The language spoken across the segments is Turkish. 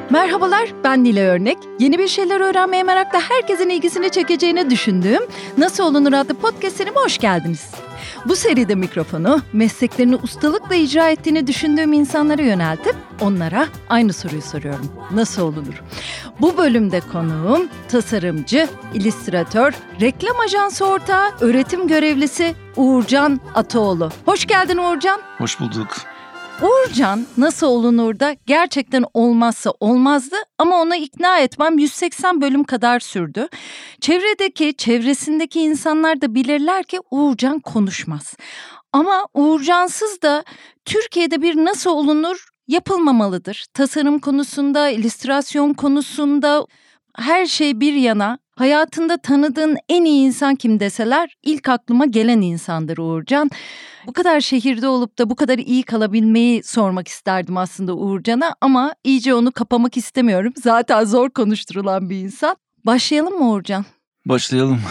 Merhabalar, ben Nilay Örnek. Yeni bir şeyler öğrenmeye merakla herkesin ilgisini çekeceğini düşündüğüm Nasıl Olunur adlı podcast serime hoş geldiniz. Bu seride mikrofonu mesleklerini ustalıkla icra ettiğini düşündüğüm insanlara yöneltip onlara aynı soruyu soruyorum. Nasıl olunur? Bu bölümde konuğum tasarımcı, illüstratör, reklam ajansı ortağı, öğretim görevlisi Uğurcan Ataoğlu. Hoş geldin Uğurcan. Hoş bulduk. Uğurcan Nasıl Olunur'da gerçekten olmazsa olmazdı ama ona ikna etmem 180 bölüm kadar sürdü. Çevresindeki insanlar da bilirler ki Uğurcan konuşmaz. Ama Uğurcansız da Türkiye'de bir nasıl olunur yapılmamalıdır. Tasarım konusunda, illüstrasyon konusunda her şey bir yana. Hayatında tanıdığın en iyi insan kim deseler ilk aklıma gelen insandır Uğurcan. Bu kadar şehirde olup da bu kadar iyi kalabilmeyi sormak isterdim aslında Uğurcan'a ama iyice onu kapamak istemiyorum. Zaten zor konuşturulan bir insan. Başlayalım mı Uğurcan? Başlayalım.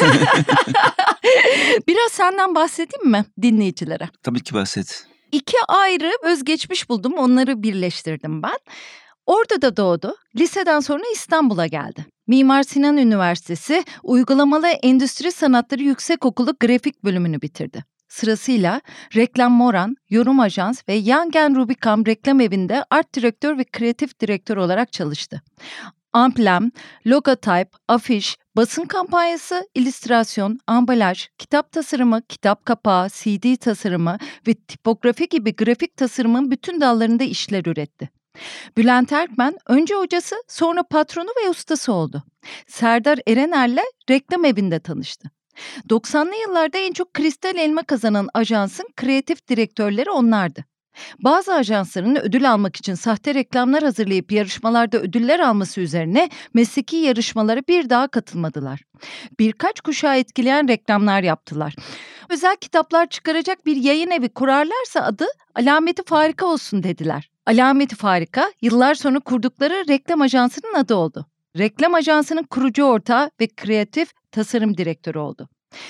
Biraz senden bahsedeyim mi dinleyicilere? Tabii ki bahset. 2 ayrı özgeçmiş buldum, onları birleştirdim ben. Ordu'da doğdu, liseden sonra İstanbul'a geldi. Mimar Sinan Üniversitesi Uygulamalı Endüstri Sanatları Yüksekokulu Grafik bölümünü bitirdi. Sırasıyla Reklam Moran, Yorum Ajans ve Young & Rubicam reklam evinde art direktör ve kreatif direktör olarak çalıştı. Amblem, logotype, afiş, basın kampanyası, illüstrasyon, ambalaj, kitap tasarımı, kitap kapağı, CD tasarımı ve tipografi gibi grafik tasarımın bütün dallarında işler üretti. Bülent Erkmen önce hocası sonra patronu ve ustası oldu. Serdar Erener'le reklam evinde tanıştı. 90'lı yıllarda en çok kristal elma kazanan ajansın kreatif direktörleri onlardı. Bazı ajansların ödül almak için sahte reklamlar hazırlayıp yarışmalarda ödüller alması üzerine mesleki yarışmalara bir daha katılmadılar. Birkaç kuşağı etkileyen reklamlar yaptılar. Özel kitaplar çıkaracak bir yayın evi kurarlarsa adı Alameti Farika olsun dediler. Alameti Farika yıllar sonra kurdukları reklam ajansının adı oldu. Reklam ajansının kurucu ortağı ve kreatif tasarım direktörü oldu.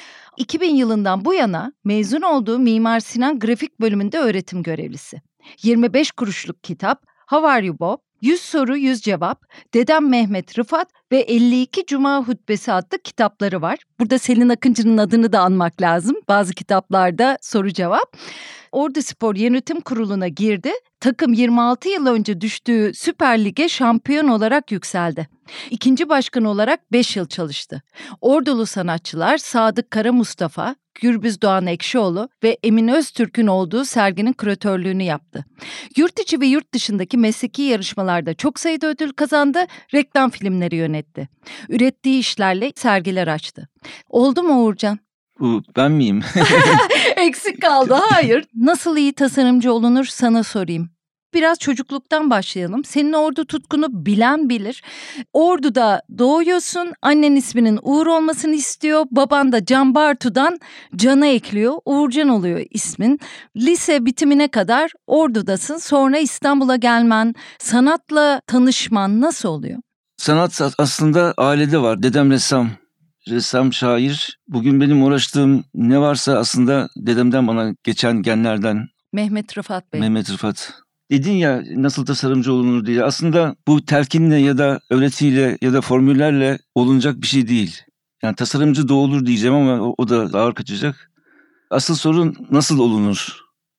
2000 yılından bu yana mezun olduğu Mimar Sinan Grafik bölümünde öğretim görevlisi. 25 kuruşluk kitap, How Are You Bob, 100 soru 100 cevap, Dedem Mehmet Rıfat ve 52 Cuma Hutbesi adlı kitapları var. Burada Selin Akıncı'nın adını da anmak lazım. Bazı kitaplarda soru cevap. Orduspor Yönetim Kurulu'na girdi. Takım 26 yıl önce düştüğü Süper Lig'e şampiyon olarak yükseldi. İkinci başkan olarak 5 yıl çalıştı. Ordulu sanatçılar Sadık Kara Mustafa, Gürbüz Doğan Ekşioğlu ve Emin Öztürk'ün olduğu serginin küratörlüğünü yaptı. Yurt içi ve yurt dışındaki mesleki yarışmalarda çok sayıda ödül kazandı, reklam filmleri yönetti. Ürettiği işlerle sergiler açtı. Oldu mu Uğurcan? Ben miyim? Eksik kaldı. Hayır. Nasıl iyi tasarımcı olunur sana sorayım. Biraz çocukluktan başlayalım. Senin Ordu tutkunu bilen bilir. Ordu'da doğuyorsun. Annen isminin Uğur olmasını istiyor. Baban da Can Bartu'dan Can'a ekliyor. Uğurcan oluyor ismin. Lise bitimine kadar Ordu'dasın. Sonra İstanbul'a gelmen, sanatla tanışman nasıl oluyor? Sanat aslında ailede var. Dedem ressam, şair. Bugün benim uğraştığım ne varsa aslında dedemden bana geçen genlerden. Mehmet Rıfat Bey. Mehmet Rıfat. Dedin ya nasıl tasarımcı olunur diye. Aslında bu telkinle ya da öğretiyle ya da formüllerle olunacak bir şey değil. Yani tasarımcı doğulur diyeceğim ama o da ağır kaçacak. Asıl sorun nasıl olunur?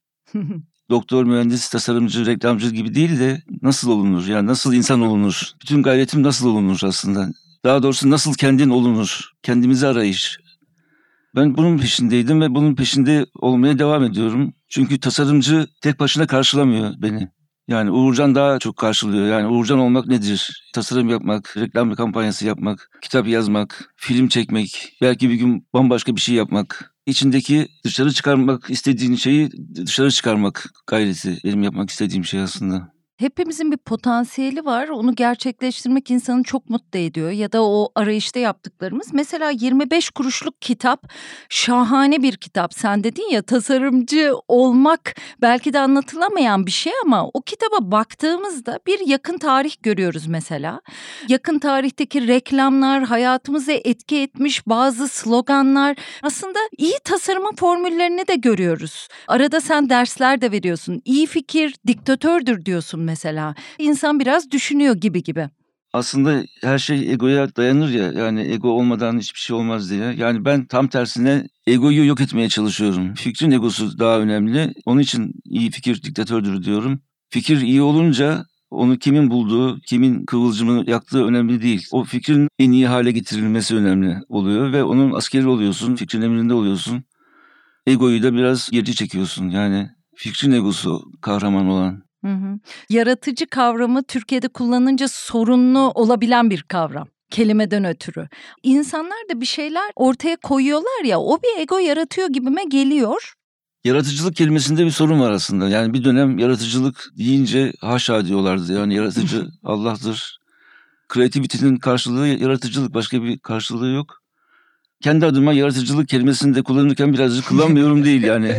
Doktor, mühendis, tasarımcı, reklamcı gibi değil de nasıl olunur? Yani nasıl insan olunur? Bütün gayretim nasıl olunur aslında? Daha doğrusu nasıl kendin olunur? Kendimizi arayış. Ben bunun peşindeydim ve bunun peşinde olmaya devam ediyorum. Çünkü tasarımcı tek başına karşılamıyor beni. Yani Uğurcan daha çok karşılıyor. Yani Uğurcan olmak nedir? Tasarım yapmak, reklam kampanyası yapmak, kitap yazmak, film çekmek, belki bir gün bambaşka bir şey yapmak. İçindeki dışarı çıkarmak istediğin şeyi dışarı çıkarmak gayreti. Benim yapmak istediğim şey aslında. Hepimizin bir potansiyeli var. Onu gerçekleştirmek insanı çok mutlu ediyor. Ya da o arayışta yaptıklarımız. Mesela 25 kuruşluk kitap şahane bir kitap. Sen dedin ya tasarımcı olmak belki de anlatılamayan bir şey ama o kitaba baktığımızda bir yakın tarih görüyoruz mesela. Yakın tarihteki reklamlar, hayatımıza etki etmiş bazı sloganlar. Aslında iyi tasarımın formüllerini de görüyoruz. Arada sen dersler de veriyorsun. İyi fikir diktatördür diyorsun mesela. İnsan biraz düşünüyor gibi. Aslında her şey egoya dayanır ya, yani ego olmadan hiçbir şey olmaz diye. Yani ben tam tersine egoyu yok etmeye çalışıyorum. Fikrin egosu daha önemli. Onun için iyi fikir diktatördür diyorum. Fikir iyi olunca onu kimin bulduğu, kimin kıvılcımını yaktığı önemli değil. O fikrin en iyi hale getirilmesi önemli oluyor ve onun askeri oluyorsun, fikrin emrinde oluyorsun. Egoyu da biraz geri çekiyorsun. Yani fikrin egosu kahraman olan. Hı. Yaratıcı kavramı Türkiye'de kullanınca sorunlu olabilen bir kavram. Kelimeden ötürü. İnsanlar da bir şeyler ortaya koyuyorlar ya, o bir ego yaratıyor gibime geliyor. Yaratıcılık kelimesinde bir sorun var aslında. Yani bir dönem yaratıcılık deyince haşa diyorlardı. Yani yaratıcı Allah'tır. Kreativitenin karşılığı yaratıcılık. Başka bir karşılığı yok. Kendi adıma yaratıcılık kelimesini de kullanırken birazcık kullanmıyorum değil yani.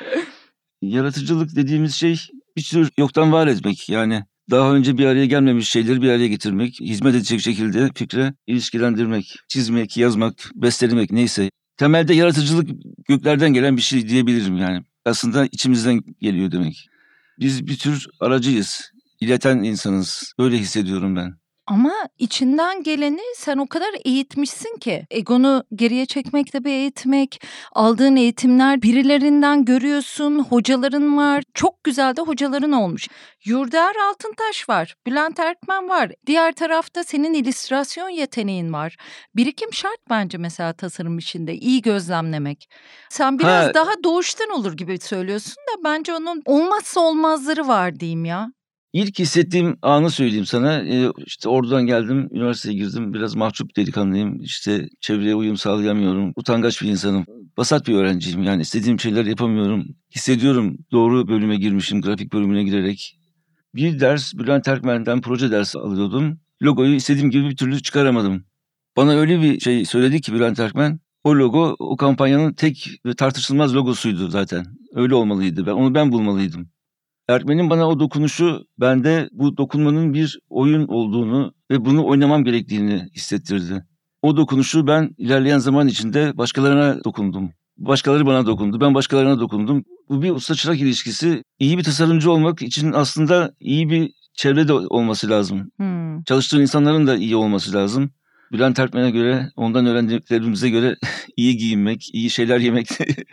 Yaratıcılık dediğimiz şey bir tür yoktan var etmek. Yani daha önce bir araya gelmemiş şeyleri bir araya getirmek, hizmet edecek şekilde fikre ilişkilendirmek, çizmek, yazmak, bestelemek neyse. Temelde yaratıcılık göklerden gelen bir şey diyebilirim yani. Aslında içimizden geliyor demek. Biz bir tür aracıyız, ileten insanız. Öyle hissediyorum ben. Ama içinden geleni sen o kadar eğitmişsin ki. Egonu geriye çekmek de bir eğitmek. Aldığın eğitimler birilerinden görüyorsun. Hocaların var. Çok güzel de hocaların olmuş. Yurdaer Altıntaş var. Bülent Erkmen var. Diğer tarafta senin illüstrasyon yeteneğin var. Birikim şart bence mesela tasarım işinde. İyi gözlemlemek. Sen biraz daha doğuştan olur gibi söylüyorsun da bence onun olmazsa olmazları var diyeyim ya. İlk hissettiğim anı söyleyeyim sana. İşte oradan geldim, üniversiteye girdim. Biraz mahcup delikanlıyım. İşte çevreye uyum sağlayamıyorum. Utangaç bir insanım. Vasat bir öğrenciyim. Yani istediğim şeyler yapamıyorum. Hissediyorum doğru bölüme girmişim, grafik bölümüne girerek. Bir ders Bülent Erkmen'den proje dersi alıyordum. Logoyu istediğim gibi bir türlü çıkaramadım. Bana öyle bir şey söyledi ki Bülent Erkmen. O logo o kampanyanın tek ve tartışılmaz logosuydu zaten. Öyle olmalıydı. Onu ben bulmalıydım. Erkmen'in bana o dokunuşu bende bu dokunmanın bir oyun olduğunu ve bunu oynamam gerektiğini hissettirdi. O dokunuşu ben ilerleyen zaman içinde başkalarına dokundum. Başkaları bana dokundu, ben başkalarına dokundum. Bu bir usta-çırak ilişkisi. İyi bir tasarımcı olmak için aslında iyi bir çevrede olması lazım. Çalıştığın insanların da iyi olması lazım. Bülent Erkmen'e göre, ondan öğrendiklerimize göre iyi giyinmek, iyi şeyler yemek,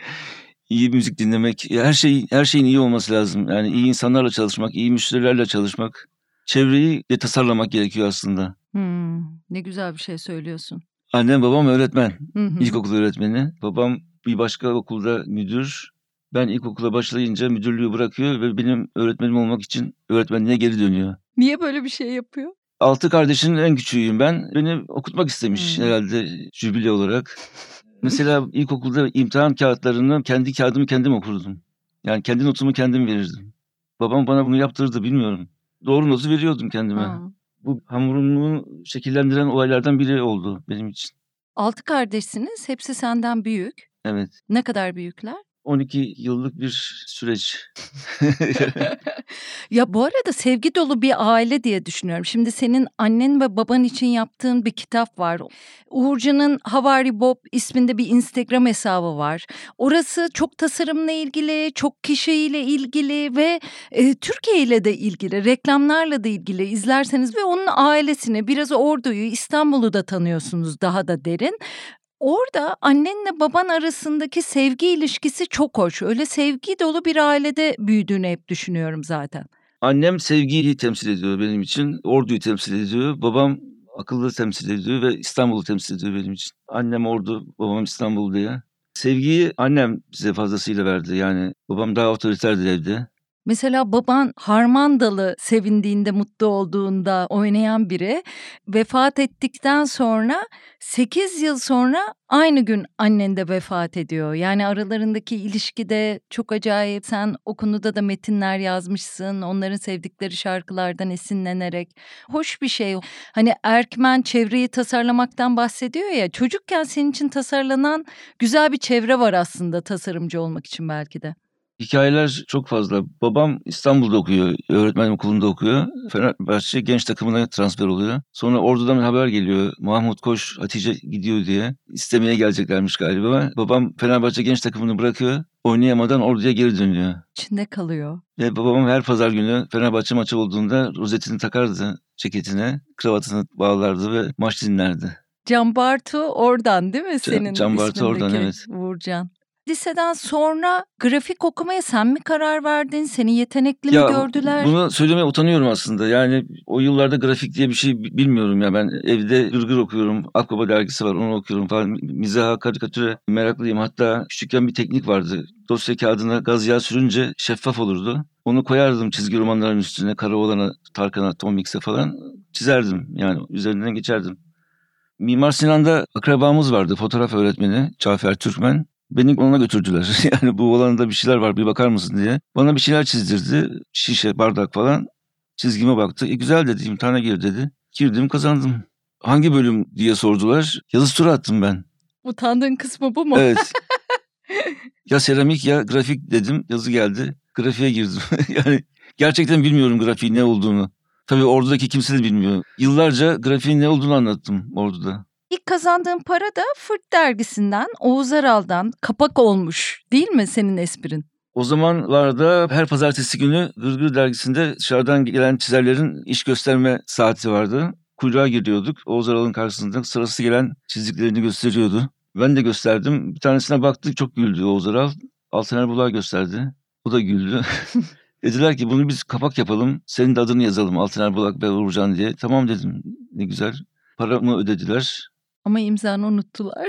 iyi müzik dinlemek, her şeyin iyi olması lazım. Yani iyi insanlarla çalışmak, iyi müşterilerle çalışmak, çevreyi de tasarlamak gerekiyor aslında. Ne güzel bir şey söylüyorsun. Annem babam öğretmen, ilkokul öğretmeni. Babam bir başka okulda müdür. Ben ilkokula başlayınca müdürlüğü bırakıyor ve benim öğretmenim olmak için öğretmenliğe geri dönüyor. Niye böyle bir şey yapıyor? 6 kardeşin en küçüğüyüm ben. Beni okutmak istemiş herhalde jübile olarak. Mesela ilkokulda imtihan kağıtlarını kendi kağıdımı kendim okurdum. Yani kendi notumu kendim verirdim. Babam bana bunu yaptırdı bilmiyorum. Doğru notu veriyordum kendime. Bu hamurumu şekillendiren olaylardan biri oldu benim için. 6 kardeşsiniz. Hepsi senden büyük. Evet. Ne kadar büyükler? 12 yıllık bir süreç. Ya bu arada sevgi dolu bir aile diye düşünüyorum. Şimdi senin annen ve baban için yaptığın bir kitap var. Uğurcan'ın Havari Bob isminde bir Instagram hesabı var. Orası çok tasarımla ilgili, çok kişiyle ilgili ve Türkiye ile de ilgili, reklamlarla da ilgili izlerseniz ve onun ailesini, biraz Ordu'yu, İstanbul'u da tanıyorsunuz daha da derin. Orada annenle baban arasındaki sevgi ilişkisi çok hoş. Öyle sevgi dolu bir ailede büyüdüğünü hep düşünüyorum zaten. Annem sevgiyi temsil ediyor benim için. Ordu'yu temsil ediyor. Babam akıllı temsil ediyor ve İstanbul'u temsil ediyor benim için. Annem Ordu, babam İstanbul diye. Sevgiyi annem bize fazlasıyla verdi. Yani babam daha otoriterdi evde. Mesela baban harmandalı sevindiğinde, mutlu olduğunda oynayan biri vefat ettikten sonra 8 yıl sonra aynı gün annen de vefat ediyor. Yani aralarındaki ilişkide çok acayip. Sen o konuda da metinler yazmışsın. Onların sevdikleri şarkılardan esinlenerek. Hoş bir şey. Hani Erkmen çevreyi tasarlamaktan bahsediyor ya. Çocukken senin için tasarlanan güzel bir çevre var aslında tasarımcı olmak için belki de. Hikayeler çok fazla. Babam İstanbul'da okuyor, öğretmen okulunda okuyor. Fenerbahçe genç takımına transfer oluyor. Sonra Ordu'dan haber geliyor. Mahmut Koç, Hatice gidiyor diye. İstemeye geleceklermiş galiba. Babam Fenerbahçe genç takımını bırakıyor. Oynayamadan Ordu'ya geri dönüyor. İçinde kalıyor. Ve babam her pazar günü Fenerbahçe maçı olduğunda rozetini takardı ceketine. Kravatını bağlardı ve maç dinlerdi. Can Bartu oradan değil mi senin Can Bartu ismindeki oradan, evet. Uğurcan? Liseden sonra grafik okumaya sen mi karar verdin? Seni yetenekli mi gördüler? Bunu söylemeye utanıyorum aslında. Yani o yıllarda grafik diye bir şey bilmiyorum ya. Ben evde Gırgır okuyorum. Akbaba dergisi var, onu okuyorum falan. Mizaha, karikatüre meraklıyım. Hatta küçükken bir teknik vardı. Dosya kağıdına gaz yağı sürünce şeffaf olurdu. Onu koyardım çizgi romanların üstüne. Karaoğlan'a, Tarkan'a, Tom Mix'e falan çizerdim. Yani üzerinden geçerdim. Mimar Sinan'da akrabamız vardı. Fotoğraf öğretmeni Cafer Türkmen. Beni ona götürdüler. Yani bu olanında bir şeyler var, bir bakar mısın diye. Bana bir şeyler çizdirdi. Şişe, bardak falan. Çizgime baktı. Güzel dedi, imtihana gir dedi. Girdim, kazandım. Hangi bölüm diye sordular. Yazı tura attım ben. Utandığın kısmı bu mu? Evet. Ya seramik ya grafik dedim. Yazı geldi. Grafiğe girdim. Yani gerçekten bilmiyorum grafiğin ne olduğunu. Tabii Ordu'daki kimse de bilmiyor. Yıllarca grafiğin ne olduğunu anlattım Ordu'da. İlk kazandığın para da Fırt dergisinden, Oğuz Aral'dan kapak olmuş değil mi senin esprin? O zamanlarda her pazartesi günü Gırgır dergisinde dışarıdan gelen çizerlerin iş gösterme saati vardı. Kuyruğa giriyorduk. Oğuz Aral'ın karşısında sırası gelen çizdiklerini gösteriyordu. Ben de gösterdim. Bir tanesine baktık, çok güldü Oğuz Aral. Altaner Bulak'a gösterdi. O da güldü. Dediler ki bunu biz kapak yapalım. Senin de adını yazalım, Altaner Bulak ve Uğurcan diye. Tamam dedim. Ne güzel. Paramı ödediler. Ama imzanı unuttular.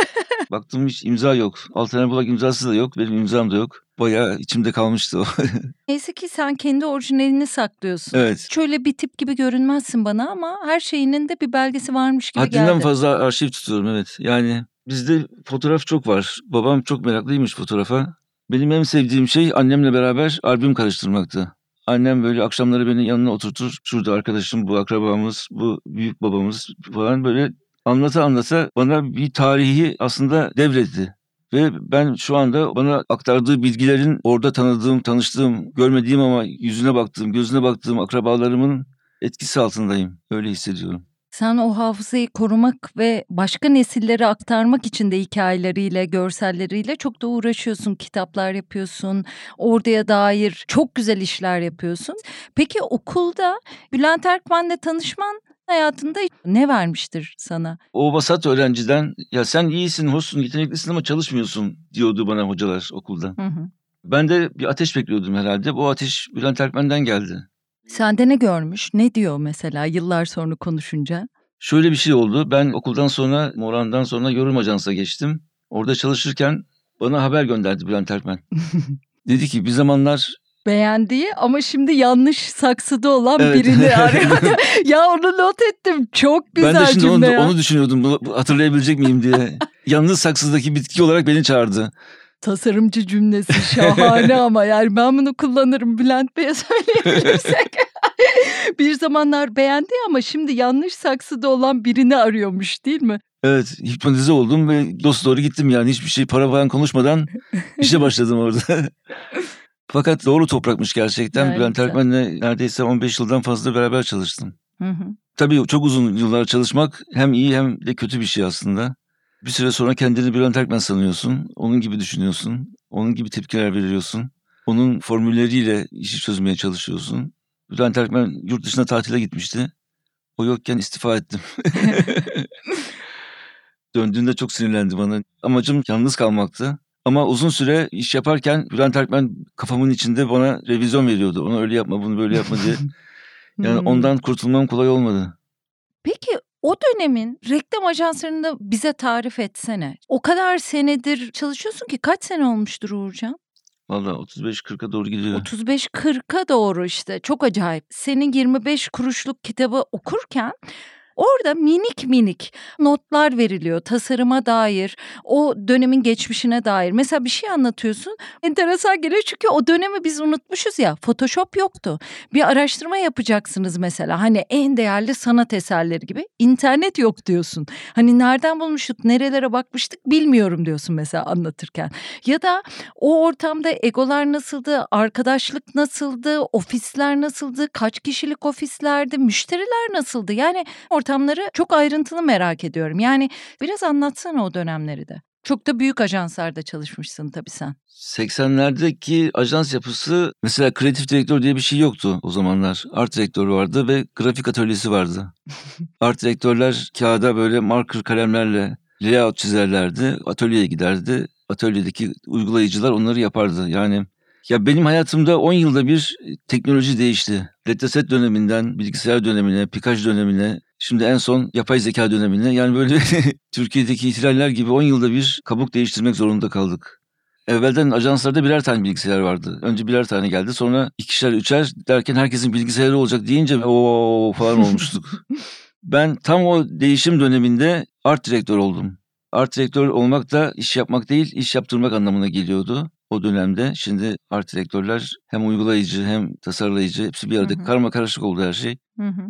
Baktım hiç imza yok. Altaner Bulak imzası da yok. Benim imzam da yok. Bayağı içimde kalmıştı o. Neyse ki sen kendi orijinalini saklıyorsun. Evet. Şöyle bir tip gibi görünmezsin bana ama her şeyinin de bir belgesi varmış gibi Haddinden geldi. fazla arşiv tutuyorum, evet. Yani bizde fotoğraf çok var. Babam çok meraklıymış fotoğrafa. Benim en sevdiğim şey annemle beraber albüm karıştırmaktı. Annem böyle akşamları beni yanına oturtur. Şurada arkadaşım, bu akrabamız, bu büyük babamız falan, böyle anlata anlata bana bir tarihi aslında devretti. Ve ben şu anda bana aktardığı bilgilerin orada tanıdığım, tanıştığım, görmediğim ama yüzüne baktığım, gözüne baktığım akrabalarımın etkisi altındayım. Öyle hissediyorum. Sen o hafızayı korumak ve başka nesillere aktarmak için de hikayeleriyle, görselleriyle çok da uğraşıyorsun. Kitaplar yapıyorsun, orduya dair çok güzel işler yapıyorsun. Peki okulda Bülent Erkmen'le tanışman hayatında ne vermiştir sana? O vasat öğrenciden, ya sen iyisin, hoşsun, yeteneklisin ama çalışmıyorsun diyordu bana hocalar okulda. Hı hı. Ben de bir ateş bekliyordum herhalde. Bu ateş Bülent Erkmen'den geldi. Sende ne görmüş? Ne diyor mesela yıllar sonra konuşunca? Şöyle bir şey oldu. Ben okuldan sonra, Moran'dan sonra Yorum Ajans'a geçtim. Orada çalışırken bana haber gönderdi Bülent Erkmen. Dedi ki bir zamanlar... Beğendiği ama şimdi yanlış saksıda olan Evet. birini arıyordu. Ya onu not ettim. Çok güzel Ben de şimdi cümle ya. onu düşünüyordum. Bunu hatırlayabilecek miyim diye. Yalnız saksıdaki bitki olarak beni çağırdı. Tasarımcı cümlesi şahane ama yani ben bunu kullanırım Bülent Bey'e söyleyebilirsek. Bir zamanlar beğendi ama şimdi yanlış saksıda olan birini arıyormuş değil mi? Evet, hipnotize oldum ve dosdoğru gittim yani. Hiçbir şey, para falan konuşmadan işe başladım orada. Fakat doğru toprakmış gerçekten. Yani Bülent güzel. Erkmen'le neredeyse 15 yıldan fazla beraber çalıştım. Hı hı. Tabii çok uzun yıllar çalışmak hem iyi hem de kötü bir şey aslında. Bir süre sonra kendini Bülent Erkmen sanıyorsun. Onun gibi düşünüyorsun. Onun gibi tepkiler veriyorsun. Onun formülleriyle işi çözmeye çalışıyorsun. Bülent Erkmen yurt dışına tatile gitmişti. O yokken istifa ettim. Döndüğünde çok sinirlendi bana. Amacım yalnız kalmaktı. Ama uzun süre iş yaparken Bülent Erkmen kafamın içinde bana revizyon veriyordu. Onu öyle yapma, bunu böyle yapma diye. Yani ondan kurtulmam kolay olmadı. Peki o dönemin reklam ajanslarını bize tarif etsene. O kadar senedir çalışıyorsun ki kaç sene olmuştur Uğurcan? Vallahi 35-40'a doğru gidiyor. 35-40'a doğru işte çok acayip. Senin 25 kuruşluk kitabı okurken Orada minik minik notlar veriliyor tasarıma dair, o dönemin geçmişine dair. Mesela bir şey anlatıyorsun, enteresan geliyor çünkü o dönemi biz unutmuşuz ya, Photoshop yoktu. Bir araştırma yapacaksınız mesela, hani en değerli sanat eserleri gibi, internet yok diyorsun. Hani nereden bulmuştuk, nerelere bakmıştık bilmiyorum diyorsun mesela anlatırken. Ya da o ortamda egolar nasıldı, arkadaşlık nasıldı, ofisler nasıldı, kaç kişilik ofislerdi, müşteriler nasıldı? Yani ortamları çok ayrıntılı merak ediyorum. Yani biraz anlatsana o dönemleri de. Çok da büyük ajanslarda çalışmışsın tabii sen. 80'lerdeki ajans yapısı, mesela kreatif direktör diye bir şey yoktu o zamanlar. Art direktör vardı ve grafik atölyesi vardı. Art direktörler kağıda böyle marker kalemlerle layout çizerlerdi. Atölyeye giderdi. Atölyedeki uygulayıcılar onları yapardı. Yani ya benim hayatımda 10 yılda bir teknoloji değişti. Dataset döneminden bilgisayar dönemine, Pikachu dönemine, şimdi en son yapay zeka dönemine. Yani böyle Türkiye'deki ihtilaller gibi 10 yılda bir kabuk değiştirmek zorunda kaldık. Evvelden ajanslarda birer tane bilgisayar vardı. Önce birer tane geldi, sonra ikişer üçer derken herkesin bilgisayarı olacak deyince o falan olmuştuk. Ben tam o değişim döneminde art direktör oldum. Art direktör olmak da iş yapmak değil, iş yaptırmak anlamına geliyordu o dönemde. Şimdi art direktörler hem uygulayıcı hem tasarlayıcı, hepsi bir arada, karma karışık oldu her şey.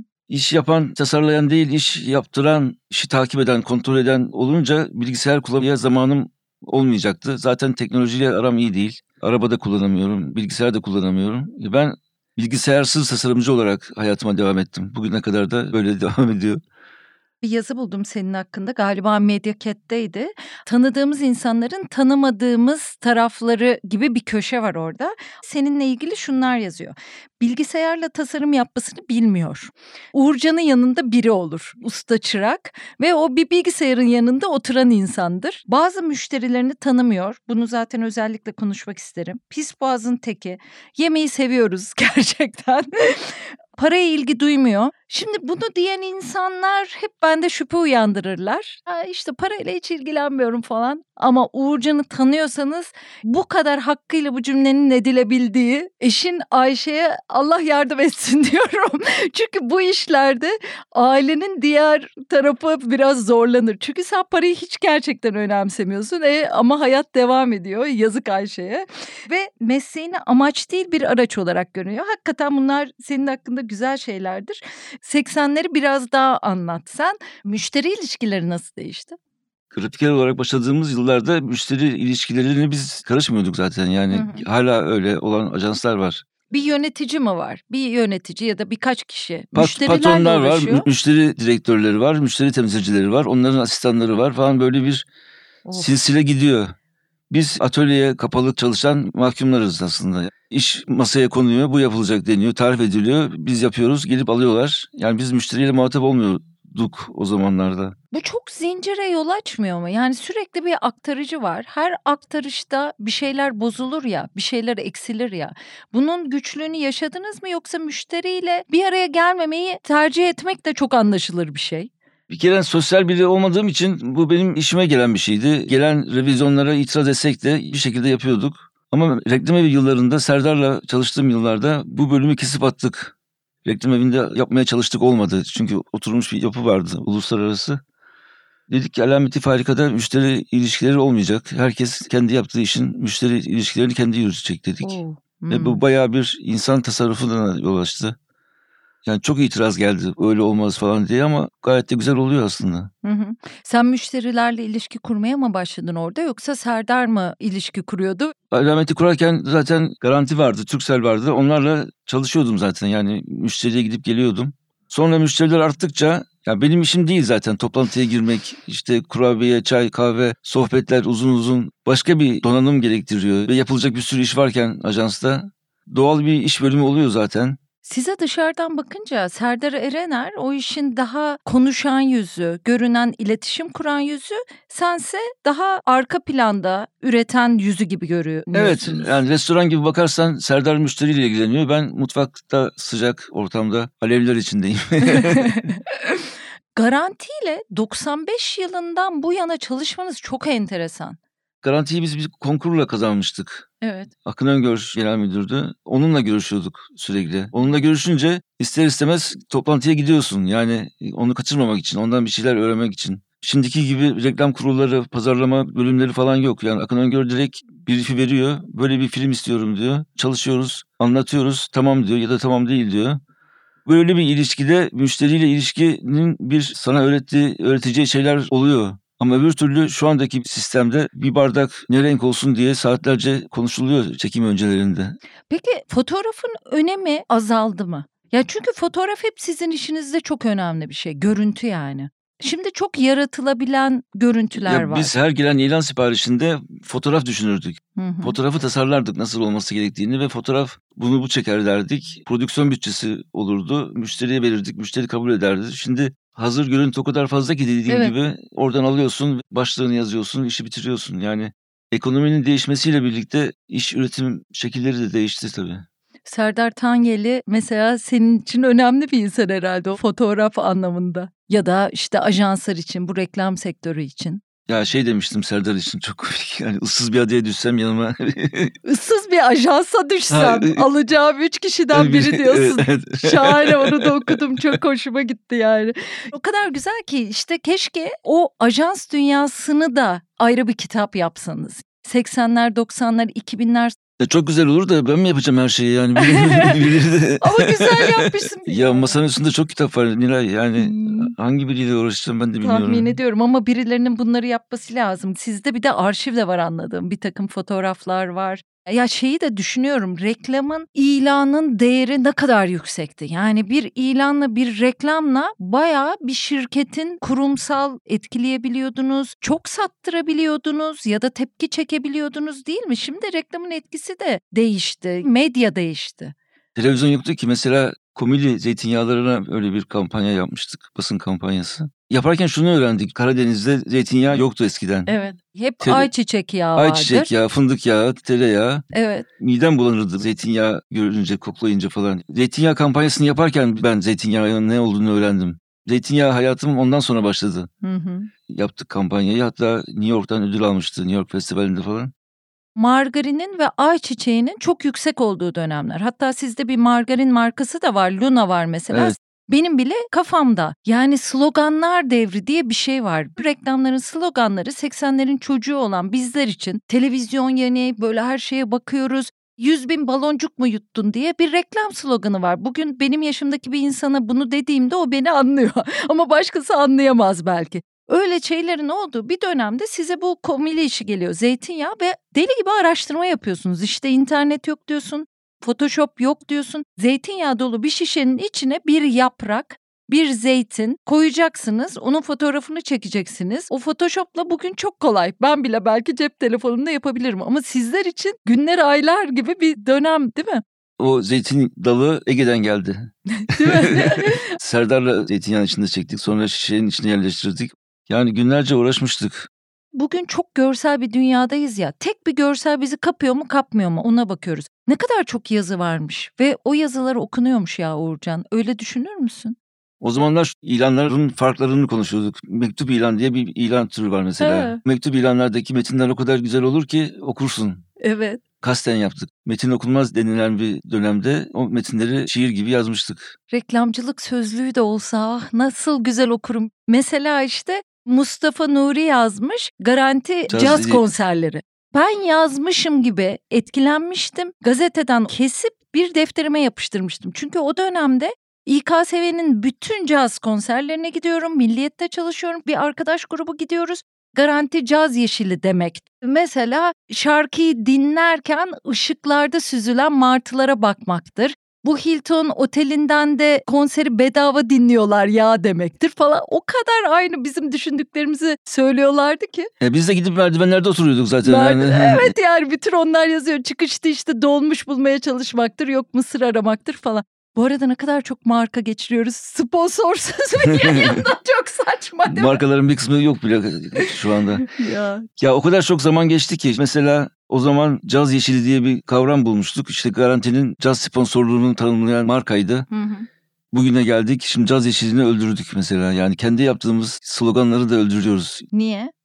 İş yapan, tasarlayan değil, iş yaptıran, işi takip eden, kontrol eden olunca bilgisayar kullanmaya zamanım olmayacaktı. Zaten teknolojiyle aram iyi değil. Arabada kullanamıyorum, bilgisayar da kullanamıyorum. Ben bilgisayarsız tasarımcı olarak hayatıma devam ettim. Bugüne kadar da böyle devam ediyor. Bir yazı buldum senin hakkında, galiba Medyaket'teydi. Tanıdığımız insanların tanımadığımız tarafları gibi bir köşe var orada. Seninle ilgili şunlar yazıyor. Bilgisayarla tasarım yapmasını bilmiyor. Uğurcan'ın yanında biri olur, usta çırak ve o bir bilgisayarın yanında oturan insandır. Bazı müşterilerini tanımıyor. Bunu zaten özellikle konuşmak isterim. Pis boğazın teki. Yemeği seviyoruz gerçekten. Paraya ilgi duymuyor. Şimdi bunu diyen insanlar hep bende şüphe uyandırırlar. İşte parayla hiç ilgilenmiyorum falan. Ama Uğurcan'ı tanıyorsanız bu kadar hakkıyla bu cümlenin edilebildiği, eşin Ayşe'ye Allah yardım etsin diyorum. Çünkü bu işlerde ailenin diğer tarafı biraz zorlanır. Çünkü sen parayı hiç gerçekten önemsemiyorsun. Ama hayat devam ediyor. Yazık Ayşe'ye. Ve mesleğini amaç değil bir araç olarak görüyor. Hakikaten bunlar senin hakkında güzel şeylerdir. 80'leri biraz daha anlat sen. Müşteri ilişkileri nasıl değişti? Grafiker olarak başladığımız yıllarda müşteri ilişkilerine biz karışmıyorduk zaten. Yani hala öyle olan ajanslar var. Bir yönetici mi var? Bir yönetici ya da birkaç kişi. Patronlar var, uğraşıyor. müşteri direktörleri var, müşteri temsilcileri var, onların asistanları var falan, böyle bir silsile gidiyor. Biz atölyeye kapalı çalışan mahkumlarız aslında. İş masaya konuyor, bu yapılacak deniyor, tarif ediliyor. Biz yapıyoruz, gelip alıyorlar. Yani biz müşteriyle muhatap olmuyorduk o zamanlarda. Bu çok zincire yol açmıyor mu? Yani sürekli bir aktarıcı var. Her aktarışta bir şeyler bozulur ya, bir şeyler eksilir ya. Bunun güçlüğünü yaşadınız mı, yoksa müşteriyle bir araya gelmemeyi tercih etmek de çok anlaşılır bir şey? Bir kere sosyal biri olmadığım için bu benim işime gelen bir şeydi. Gelen revizyonlara itiraz etsek de bir şekilde yapıyorduk. Ama reklam evi yıllarında, Serdar'la çalıştığım yıllarda bu bölümü kesip attık. Reklam evinde yapmaya çalıştık, olmadı. Çünkü oturmuş bir yapı vardı uluslararası. Dedik ki alameti farikada müşteri ilişkileri olmayacak. Herkes kendi yaptığı işin müşteri ilişkilerini kendi yürütecek dedik. Ve bu bayağı bir insan tasarrufuna yol açtı. Yani çok itiraz geldi, öyle olmaz falan diye, ama gayet de güzel oluyor aslında. Sen müşterilerle ilişki kurmaya mı başladın orada, yoksa Serdar mı ilişki kuruyordu? Alameti kurarken zaten Garanti vardı, Turkcell vardı. Onlarla çalışıyordum zaten, yani müşteriye gidip geliyordum. Sonra müşteriler arttıkça, ya benim işim değil zaten toplantıya girmek, işte kurabiye, çay, kahve, sohbetler uzun uzun, başka bir donanım gerektiriyor. Ve yapılacak bir sürü iş varken ajansta doğal bir iş bölümü oluyor zaten. Size dışarıdan bakınca Serdar Erener o işin daha konuşan yüzü, görünen, iletişim kuran yüzü, sense daha arka planda üreten yüzü gibi görüyorsunuz. Evet, yani restoran gibi bakarsan Serdar müşteriyle ilgileniyor. Ben mutfakta sıcak ortamda alevler içindeyim. Garanti ile 95 yılından bu yana çalışmanız çok enteresan. Garantiyi biz bir konkurla kazanmıştık. Evet. Akın Öngör genel müdürdü. Onunla görüşüyorduk sürekli. Onunla görüşünce ister istemez toplantıya gidiyorsun. Yani onu kaçırmamak için, ondan bir şeyler öğrenmek için. Şimdiki gibi reklam kurulları, pazarlama bölümleri falan yok. Yani Akın Öngör direkt brief'i veriyor. Böyle bir film istiyorum diyor. Çalışıyoruz, anlatıyoruz. Tamam diyor ya da tamam değil diyor. Böyle bir ilişkide müşteriyle ilişkinin bir sana öğreteceği şeyler oluyor. Ama öbür türlü şu andaki sistemde bir bardak ne renk olsun diye saatlerce konuşuluyor çekim öncelerinde. Peki fotoğrafın önemi azaldı mı? Ya çünkü fotoğraf hep sizin işinizde çok önemli bir şey. Görüntü yani. Şimdi çok yaratılabilen görüntüler var. Biz her gelen ilan siparişinde fotoğraf düşünürdük. Hı. Fotoğrafı tasarlardık nasıl olması gerektiğini ve fotoğraf bunu bu çeker derdik. Prodüksiyon bütçesi olurdu. Müşteriye verirdik. Müşteri kabul ederdi. Şimdi hazır görüntü o kadar fazla ki dediğim gibi oradan alıyorsun, başlığını yazıyorsun, işi bitiriyorsun. Yani ekonominin değişmesiyle birlikte iş üretim şekilleri de değişti tabii. Serdar Tanyeli mesela senin için önemli bir insan herhalde o fotoğraf anlamında. Ya da işte ajanslar için, bu reklam sektörü için. Ya demiştim Serdar için çok komik. Yani ıssız bir adaya düşsem yanıma. Issız bir ajansa düşsem alacağım 3 kişiden biri diyorsun. Evet. Şahane, onu da okudum, çok hoşuma gitti yani. O kadar güzel ki işte keşke o ajans dünyasını da ayrı bir kitap yapsanız. 80'ler, 90'lar, 2000'ler. Çok güzel olur da ben mi yapacağım her şeyi yani? Ama güzel yapmışsın. Ya masanın üstünde çok kitap var Nilay. Yani hangi biriyle uğraşacağım ben de bilmiyorum. Tahmin ediyorum ama birilerinin bunları yapması lazım. Sizde bir de arşiv de var anladığım. Bir takım fotoğraflar var. Ya şeyi de düşünüyorum, reklamın, ilanın değeri ne kadar yüksekti. Yani bir ilanla, bir reklamla bayağı bir şirketin kurumsal etkileyebiliyordunuz. Çok sattırabiliyordunuz ya da tepki çekebiliyordunuz, değil mi? Şimdi reklamın etkisi de değişti. Medya değişti. Televizyon yoktu ki mesela Komili zeytinyağlarına öyle bir kampanya yapmıştık. Basın kampanyası. Yaparken şunu öğrendik. Karadeniz'de zeytinyağı yoktu eskiden. Evet. Hep ayçiçek yağı vardır. Ayçiçek yağı, fındık yağı, tereyağı. Evet. Midem bulanırdı zeytinyağı görünce, koklayınca falan. Zeytinyağı kampanyasını yaparken ben zeytinyağının ne olduğunu öğrendim. Zeytinyağı hayatım ondan sonra başladı. Hı. Yaptık kampanyayı. Hatta New York'tan ödül almıştı. New York Festivali'nde falan. Margarinin ve ayçiçeğinin çok yüksek olduğu dönemler. Hatta sizde bir margarin markası da var. Luna var mesela. Evet. Benim bile kafamda. Yani sloganlar devri diye bir şey var. Reklamların sloganları 80'lerin çocuğu olan bizler için. Televizyon yeni, böyle her şeye bakıyoruz. 100.000 baloncuk mu yuttun diye bir reklam sloganı var. Bugün benim yaşımdaki bir insana bunu dediğimde o beni anlıyor. Ama başkası anlayamaz belki. Öyle şeylerin olduğu bir dönemde size bu Komili işi geliyor. Zeytinyağı ve deli gibi araştırma yapıyorsunuz. İşte internet yok diyorsun, Photoshop yok diyorsun. Zeytinyağı dolu bir şişenin içine bir yaprak, bir zeytin koyacaksınız. Onun fotoğrafını çekeceksiniz. O Photoshop'la bugün çok kolay. Ben bile belki cep telefonumda yapabilirim. Ama sizler için günler, aylar gibi bir dönem, değil mi? O zeytin dalı Ege'den geldi. Değil mi? Serdar'la zeytinyağının içinde çektik. Sonra şişenin içine yerleştirdik. Yani günlerce uğraşmıştık. Bugün çok görsel bir dünyadayız ya. Tek bir görsel bizi kapıyor mu kapmıyor mu ona bakıyoruz. Ne kadar çok yazı varmış ve o yazılar okunuyormuş ya Uğurcan. Öyle düşünür müsün? O zamanlar ilanların farklarını konuşuyorduk. Mektup ilan diye bir ilan türü var mesela. He. Mektup ilanlardaki metinler o kadar güzel olur ki okursun. Evet. Kasten yaptık. Metin okunmaz denilen bir dönemde o metinleri şiir gibi yazmıştık. Reklamcılık sözlüğü de olsa nasıl güzel okurum. Mesela işte Mustafa Nuri yazmış Garanti Caz konserleri. Ben yazmışım gibi etkilenmiştim. Gazeteden kesip bir defterime yapıştırmıştım. Çünkü o dönemde İKSV'nin bütün caz konserlerine gidiyorum. Milliyet'te çalışıyorum. Bir arkadaş grubu gidiyoruz. Garanti caz yeşili demek. Mesela şarkıyı dinlerken ışıklarda süzülen martılara bakmaktır. Bu Hilton otelinden de konseri bedava dinliyorlar ya demektir falan. O kadar aynı bizim düşündüklerimizi söylüyorlardı ki. Biz de gidip merdivenlerde oturuyorduk zaten. Evet yani bütün onlar yazıyor. Çıkışta işte dolmuş bulmaya çalışmaktır, yok mısır aramaktır falan. Bu arada ne kadar çok marka geçiriyoruz. Sponsorsuz bir yayında çok saçma değil mi? Markaların bir kısmı yok bile şu anda. Ya o kadar çok zaman geçti ki. Mesela o zaman caz yeşili diye bir kavram bulmuştuk. İşte Garanti'nin caz sponsorluğunu tanımlayan markaydı. Hı. Bugüne geldik. Şimdi caz yeşilini öldürdük mesela. Yani kendi yaptığımız sloganları da öldürüyoruz. Niye?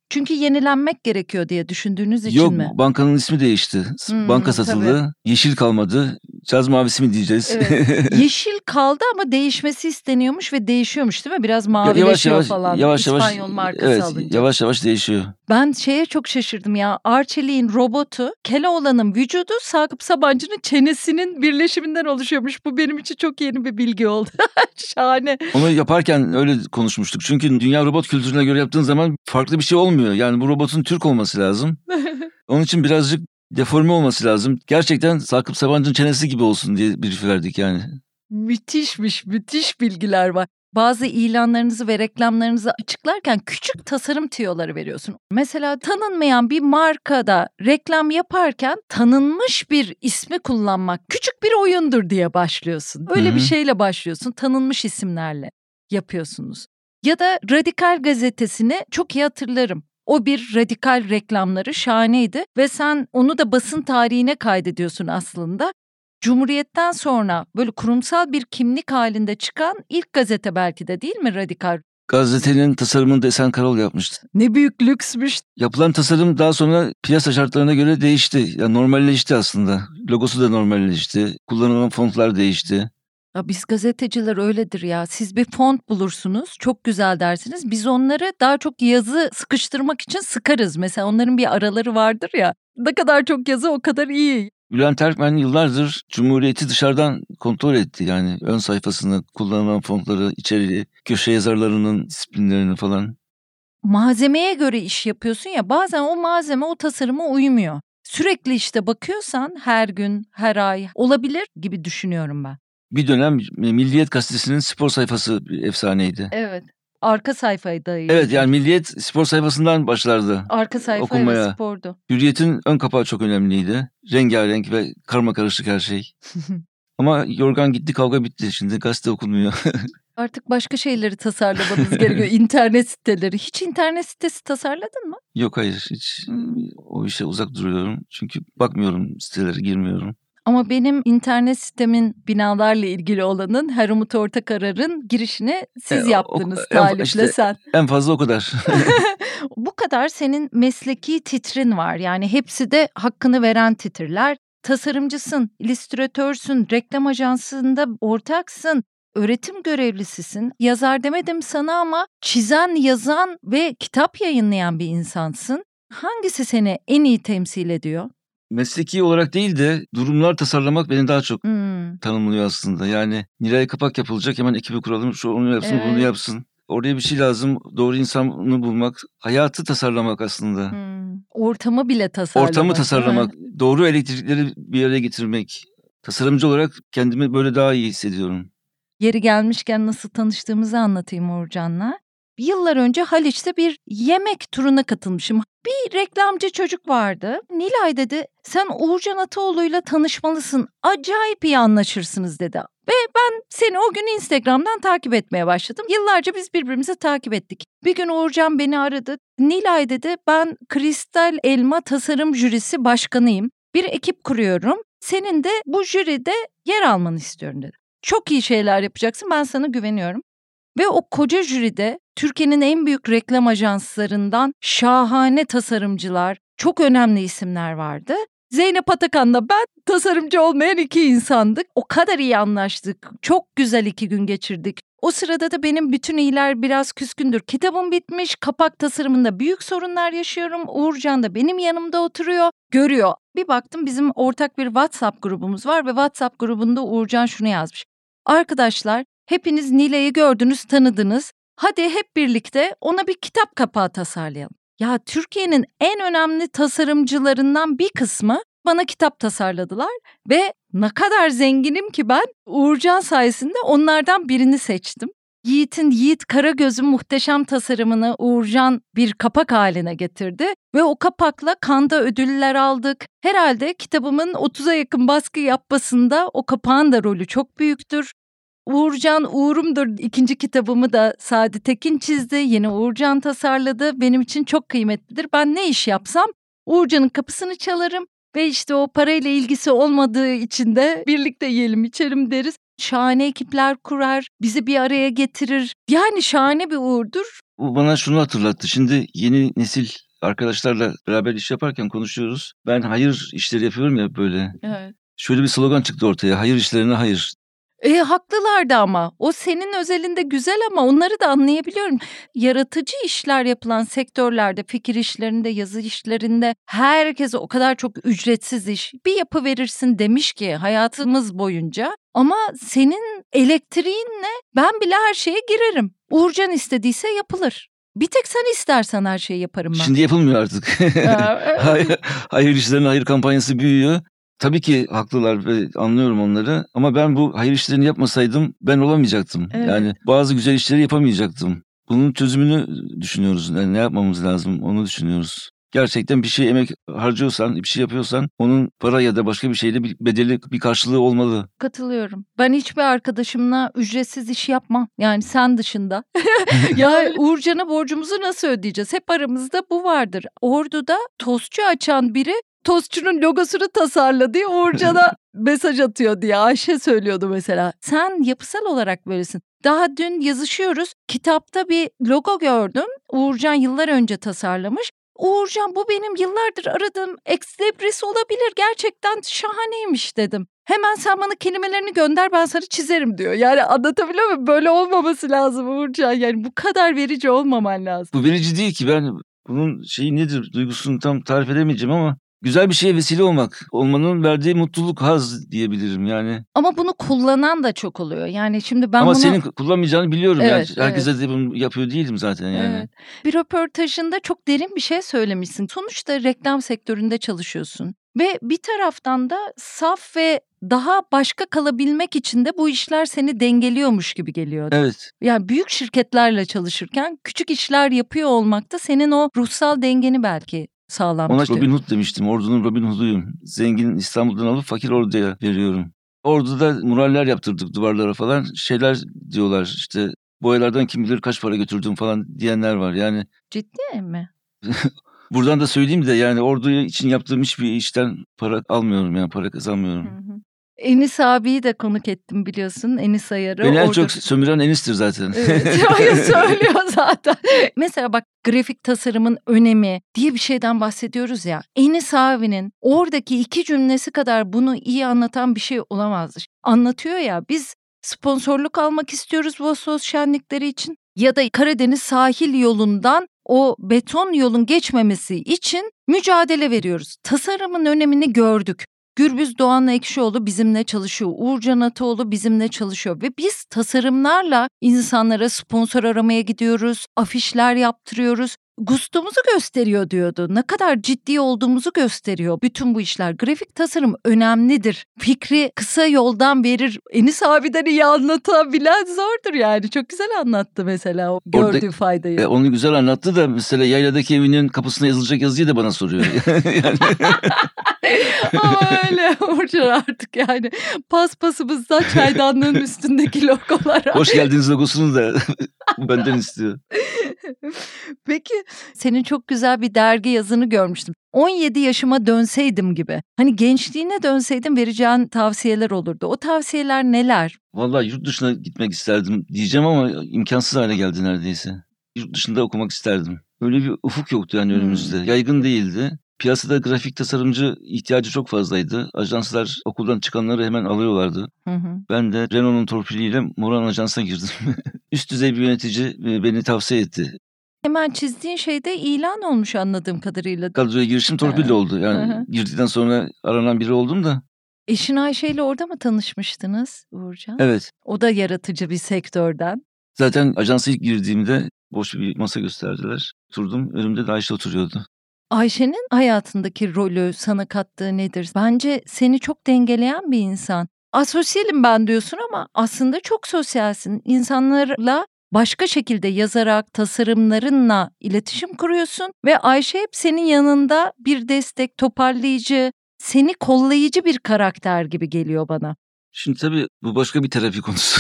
Çünkü yenilenmek gerekiyor diye düşündüğünüz için Yok, mi? bankanın ismi değişti. Banka satıldı. Tabii. Yeşil kalmadı. Caz mavisi mi diyeceğiz? Evet. Yeşil kaldı ama değişmesi isteniyormuş ve değişiyormuş değil mi? Biraz mavileşiyor falan. İspanyol markası evet, alınca. yavaş yavaş değişiyor. Ben şeye çok şaşırdım ya. Arçelik'in robotu Keloğlan'ın vücudu Sakıp Sabancı'nın çenesinin birleşiminden oluşuyormuş. Bu benim için çok yeni bir bilgi oldu. Şahane. Onu yaparken öyle konuşmuştuk. Çünkü dünya robot kültürüne göre yaptığın zaman farklı bir şey olmuyor. Yani bu robotun Türk olması lazım. Onun için birazcık deforme olması lazım. Gerçekten Sakıp Sabancı'nın çenesi gibi olsun diye brief verdik yani. Müthişmiş, müthiş bilgiler var. Bazı ilanlarınızı ve reklamlarınızı açıklarken küçük tasarım tüyoları veriyorsun. Mesela tanınmayan bir markada reklam yaparken tanınmış bir ismi kullanmak küçük bir oyundur diye başlıyorsun. Öyle bir şeyle başlıyorsun, tanınmış isimlerle yapıyorsunuz. Ya da Radikal gazetesini çok iyi hatırlarım. O bir radikal reklamları şahaneydi ve sen onu da basın tarihine kaydediyorsun aslında. Cumhuriyetten sonra böyle kurumsal bir kimlik halinde çıkan ilk gazete belki de değil mi Radikal? Gazetenin tasarımını da Esen Karol yapmıştı. Ne büyük lüksmüş. Yapılan tasarım daha sonra piyasa şartlarına göre değişti. Yani normalleşti aslında. Logosu da normalleşti. Kullanılan fontlar değişti. Ya biz gazeteciler öyledir ya. Siz bir font bulursunuz, çok güzel dersiniz. Biz onları daha çok yazı sıkıştırmak için sıkarız. Mesela onların bir araları vardır ya. Ne kadar çok yazı o kadar iyi. Bülent Erkmen yıllardır Cumhuriyet'i dışarıdan kontrol etti. Yani ön sayfasını, kullanılan fontları, içeriği, köşe yazarlarının disiplinlerini falan. Malzemeye göre iş yapıyorsun ya, bazen o malzeme o tasarıma uymuyor. Sürekli işte bakıyorsan her gün, her ay olabilir gibi düşünüyorum ben. Bir dönem Milliyet Gazetesi'nin spor sayfası efsaneydi. Evet. Arka sayfaydı. Evet, yani Milliyet spor sayfasından başlardı. Arka sayfa okunmaya. Evet, spordu. Hürriyet'in ön kapağı çok önemliydi. Rengarenk ve karmakarışık her şey. Ama yorgan gitti, kavga bitti. Şimdi gazete okunmuyor. Artık başka şeyleri tasarlamanız gerekiyor. İnternet siteleri. Hiç internet sitesi tasarladın mı? Yok, hayır, hiç o işe uzak duruyorum. Çünkü bakmıyorum sitelere, girmiyorum. Ama benim internet sitemin binalarla ilgili olanın Her Umut Ortakarar'ın girişini siz yaptınız Talip'le işte sen. En fazla o kadar. Bu kadar senin mesleki titrin var. Yani hepsi de hakkını veren titirler. Tasarımcısın, illüstratörsün, reklam ajansında ortaksın, öğretim görevlisisin. Yazar demedim sana ama çizen, yazan ve kitap yayınlayan bir insansın. Hangisi seni en iyi temsil ediyor? Mesleki olarak değil de durumlar tasarlamak beni daha çok tanımlıyor aslında. Yani Nilay Kapak yapılacak, hemen ekibi kuralım, şu onu yapsın, bunu yapsın. Oraya bir şey lazım, doğru insanı bulmak, hayatı tasarlamak aslında. Ortamı bile tasarlamak. Ortamı tasarlamak, doğru elektrikleri bir araya getirmek. Tasarımcı olarak kendimi böyle daha iyi hissediyorum. Yeri gelmişken nasıl tanıştığımızı anlatayım Uğurcan'la. Yıllar önce Haliç'te bir yemek turuna katılmışım. Bir reklamcı çocuk vardı. Nilay dedi, sen Uğurcan Ataoğlu'yla tanışmalısın. Acayip iyi anlaşırsınız dedi. Ve ben seni o gün Instagram'dan takip etmeye başladım. Yıllarca biz birbirimizi takip ettik. Bir gün Uğurcan beni aradı. Nilay dedi, ben Kristal Elma Tasarım Jürisi Başkanıyım. Bir ekip kuruyorum. Senin de bu jüride yer almanı istiyorum dedi. Çok iyi şeyler yapacaksın, ben sana güveniyorum. Ve o koca jüride Türkiye'nin en büyük reklam ajanslarından şahane tasarımcılar, çok önemli isimler vardı. Zeynep Atakan'la ben tasarımcı olmayan iki insandık. O kadar iyi anlaştık. Çok güzel 2 gün geçirdik. O sırada da benim bütün iyiler biraz küskündür. Kitabım bitmiş, kapak tasarımında büyük sorunlar yaşıyorum. Uğurcan da benim yanımda oturuyor, görüyor. Bir baktım bizim ortak bir WhatsApp grubumuz var ve WhatsApp grubunda Uğurcan şunu yazmış. Arkadaşlar, hepiniz Nilay'ı gördünüz, tanıdınız. Hadi hep birlikte ona bir kitap kapağı tasarlayalım. Ya Türkiye'nin en önemli tasarımcılarından bir kısmı bana kitap tasarladılar ve ne kadar zenginim ki ben Uğurcan sayesinde onlardan birini seçtim. Yiğit Karagöz'ün muhteşem tasarımını Uğurcan bir kapak haline getirdi ve o kapakla Cannes'da ödüller aldık. Herhalde kitabımın 30'a yakın baskı yapmasında o kapağın da rolü çok büyüktür. Uğurcan Uğurumdur 2. kitabımı da Sadi Tekin çizdi. Yine Uğurcan tasarladı. Benim için çok kıymetlidir. Ben ne iş yapsam Uğurcan'ın kapısını çalarım ve işte o parayla ilgisi olmadığı için de birlikte yiyelim içelim deriz. şahane ekipler kurar, bizi bir araya getirir. Yani şahane bir uğurdur. Bu bana şunu hatırlattı. Şimdi yeni nesil arkadaşlarla beraber iş yaparken konuşuyoruz. Ben hayır işleri yapıyorum ya böyle. Evet. Şöyle bir slogan çıktı ortaya. Hayır işlerine hayır. Haklılardı ama. O senin özelinde güzel ama onları da anlayabiliyorum. Yaratıcı işler yapılan sektörlerde, fikir işlerinde, yazı işlerinde herkese o kadar çok ücretsiz iş bir yapı verirsin demiş ki hayatımız boyunca. Ama senin elektriğinle ben bile her şeye girerim. Uğurcan istediyse yapılır. Bir tek sen istersen her şeyi yaparım ben. Şimdi yapılmıyor artık. Hayır işlerine hayır kampanyası büyüyor. Tabii ki haklılar ve anlıyorum onları ama ben bu hayır işlerini yapmasaydım ben olamayacaktım. Evet. Yani bazı güzel işleri yapamayacaktım. Bunun çözümünü düşünüyoruz. Yani ne yapmamız lazım onu düşünüyoruz. Gerçekten bir şey emek harcıyorsan, bir şey yapıyorsan onun para ya da başka bir şeyle bir bedeli, bir karşılığı olmalı. Katılıyorum. Ben hiçbir arkadaşımla ücretsiz iş yapmam. Yani sen dışında. Ya Uğurcan'a borcumuzu nasıl ödeyeceğiz? Hep aramızda bu vardır. Ordu'da tostçu açan biri tostçunun logosunu tasarla diye Uğurcan'a mesaj atıyor diye Ayşe söylüyordu mesela. Sen yapısal olarak böylesin. Daha dün yazışıyoruz. Kitapta bir logo gördüm. Uğurcan yıllar önce tasarlamış. Uğurcan bu benim yıllardır aradığım Exlibris olabilir. Gerçekten şahaneymiş dedim. Hemen sen bana kelimelerini gönder ben sana çizerim diyor. Yani anlatabiliyor muyum? Böyle olmaması lazım Uğurcan. Yani bu kadar verici olmaman lazım. Bu verici değil ki ben bunun şeyi nedir duygusunu tam tarif edemeyeceğim ama güzel bir şeye vesile olmanın verdiği mutluluk, haz diyebilirim yani. Ama bunu kullanan da çok oluyor. Yani şimdi ben Ama bunu... senin kullanmayacağını biliyorum. Evet, Yani herkese evet. de bunu yapıyor değilim zaten yani. Evet. Bir röportajında çok derin bir şey söylemişsin. Sonuçta reklam sektöründe çalışıyorsun. Ve bir taraftan da saf ve daha başka kalabilmek için de bu işler seni dengeliyormuş gibi geliyor. Evet. Yani büyük şirketlerle çalışırken küçük işler yapıyor olmak da senin o ruhsal dengeni belki sağlam Ona tutuyor. Robin Hood demiştim. Ordu'nun Robin Hood'uyum. Zengin İstanbul'dan alıp fakir Ordu'ya veriyorum. Ordu'da muraller yaptırdık duvarlara falan. Şeyler diyorlar işte boyalardan kim bilir kaç para götürdüm falan diyenler var. Yani Ciddi mi? buradan da söyleyeyim de yani Ordu için yaptığım hiçbir işten para almıyorum yani para kazanmıyorum. Hı. Enis abiyi de konuk ettim biliyorsun. Enis Ayar'ı. Beni en çok sömüren Enis'tir zaten. Evet, söylüyor zaten. Mesela bak grafik tasarımın önemi diye bir şeyden bahsediyoruz ya. Enis abinin oradaki 2 cümlesi kadar bunu iyi anlatan bir şey olamazdı. Anlatıyor ya biz sponsorluk almak istiyoruz Vosvos şenlikleri için. Ya da Karadeniz sahil yolundan o beton yolun geçmemesi için mücadele veriyoruz. Tasarımın önemini gördük. Gürbüz Doğan Ekşioğlu bizimle çalışıyor. Uğurcan Ataoğlu bizimle çalışıyor. Ve biz tasarımlarla insanlara sponsor aramaya gidiyoruz. Afişler yaptırıyoruz. Gustumuzu gösteriyor diyordu. Ne kadar ciddi olduğumuzu gösteriyor bütün bu işler. Grafik tasarım önemlidir. Fikri kısa yoldan verir. Enis abiden iyi anlatabilen zordur yani. Çok güzel anlattı mesela o gördüğü faydayı. Onu güzel anlattı da mesela yayladaki evinin kapısına yazılacak yazıyı da bana soruyor. Yani. Ama öyle Uğurcan artık yani paspasımızdan çaydanlığın üstündeki logolara. Hoş geldiniz logosunu da benden istiyor. Peki senin çok güzel bir dergi yazını görmüştüm. 17 yaşıma dönseydim gibi. Hani gençliğine dönseydim vereceğin tavsiyeler olurdu. O tavsiyeler neler? Vallahi yurt dışına gitmek isterdim diyeceğim ama imkansız hale geldi neredeyse. Yurt dışında okumak isterdim. Öyle bir ufuk yoktu yani önümüzde. Yaygın değildi. Piyasada grafik tasarımcı ihtiyacı çok fazlaydı. Ajanslar okuldan çıkanları hemen alıyorlardı. Ben de Renault'un torpiliyle Moran Ajans'a girdim. Üst düzey bir yönetici beni tavsiye etti. Hemen çizdiğin şeyde ilan olmuş anladığım kadarıyla. Kadroya girişim torpille oldu. Yani girdikten sonra aranan biri oldum da. Eşin Ayşe ile orada mı tanışmıştınız Uğurcan? Evet. O da yaratıcı bir sektörden. Zaten ajansa ilk girdiğimde boş bir masa gösterdiler. Oturdum. Önümde de Ayşe oturuyordu. Ayşe'nin hayatındaki rolü, sana kattığı nedir? Bence seni çok dengeleyen bir insan. Asosyalim ben diyorsun ama aslında çok sosyalsin. İnsanlarla başka şekilde yazarak, tasarımlarınla iletişim kuruyorsun ve Ayşe hep senin yanında bir destek, toparlayıcı, seni kollayıcı bir karakter gibi geliyor bana. Şimdi tabii bu başka bir terapi konusu.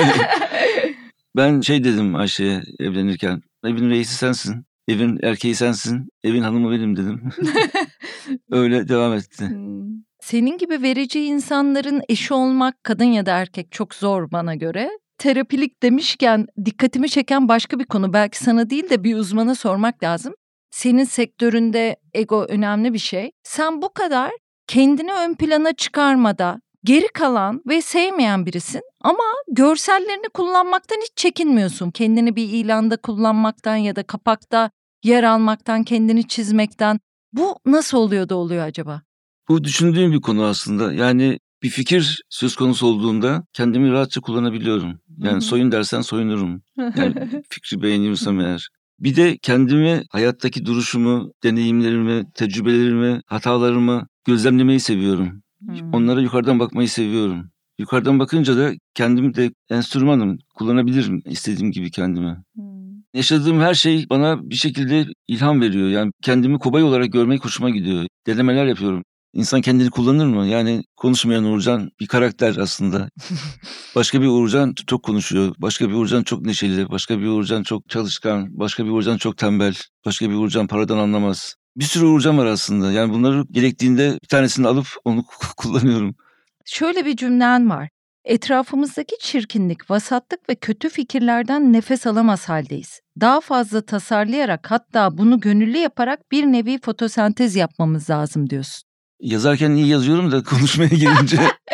Ben dedim Ayşe'ye evlenirken, evin reisi sensin, evin erkeği sensin, evin hanımı benim dedim. Öyle devam etti. Senin gibi verici insanların eşi olmak, kadın ya da erkek, çok zor bana göre. Terapilik demişken dikkatimi çeken başka bir konu. Belki sana değil de bir uzmana sormak lazım. Senin sektöründe ego önemli bir şey. Sen bu kadar kendini ön plana çıkarmada geri kalan ve sevmeyen birisin ama görsellerini kullanmaktan hiç çekinmiyorsun. Kendini bir ilanda kullanmaktan ya da kapakta yer almaktan, kendini çizmekten. Bu nasıl oluyor da oluyor acaba? Bu düşündüğüm bir konu aslında. Yani bir fikir söz konusu olduğunda kendimi rahatça kullanabiliyorum. Yani soyun dersen soyunurum. Yani fikri beğeniyorsam eğer. Bir de kendimi, hayattaki duruşumu, deneyimlerimi, tecrübelerimi, hatalarımı gözlemlemeyi seviyorum. Onlara yukarıdan bakmayı seviyorum. Yukarıdan bakınca da kendimi de enstrümanım, kullanabilirim istediğim gibi kendimi. Yaşadığım her şey bana bir şekilde ilham veriyor. Yani kendimi kobay olarak görmek hoşuma gidiyor. Denemeler yapıyorum. İnsan kendini kullanır mı? Yani konuşmayan Uğurcan bir karakter aslında. Başka bir Uğurcan çok konuşuyor. Başka bir Uğurcan çok neşeli. Başka bir Uğurcan çok çalışkan. Başka bir Uğurcan çok tembel. Başka bir Uğurcan paradan anlamaz. Bir sürü Uğurcan var aslında. Yani bunları gerektiğinde bir tanesini alıp onu kullanıyorum. Şöyle bir cümlen var. Etrafımızdaki çirkinlik, vasatlık ve kötü fikirlerden nefes alamaz haldeyiz. Daha fazla tasarlayarak, hatta bunu gönüllü yaparak bir nevi fotosentez yapmamız lazım diyorsun. Yazarken iyi yazıyorum da konuşmaya gelince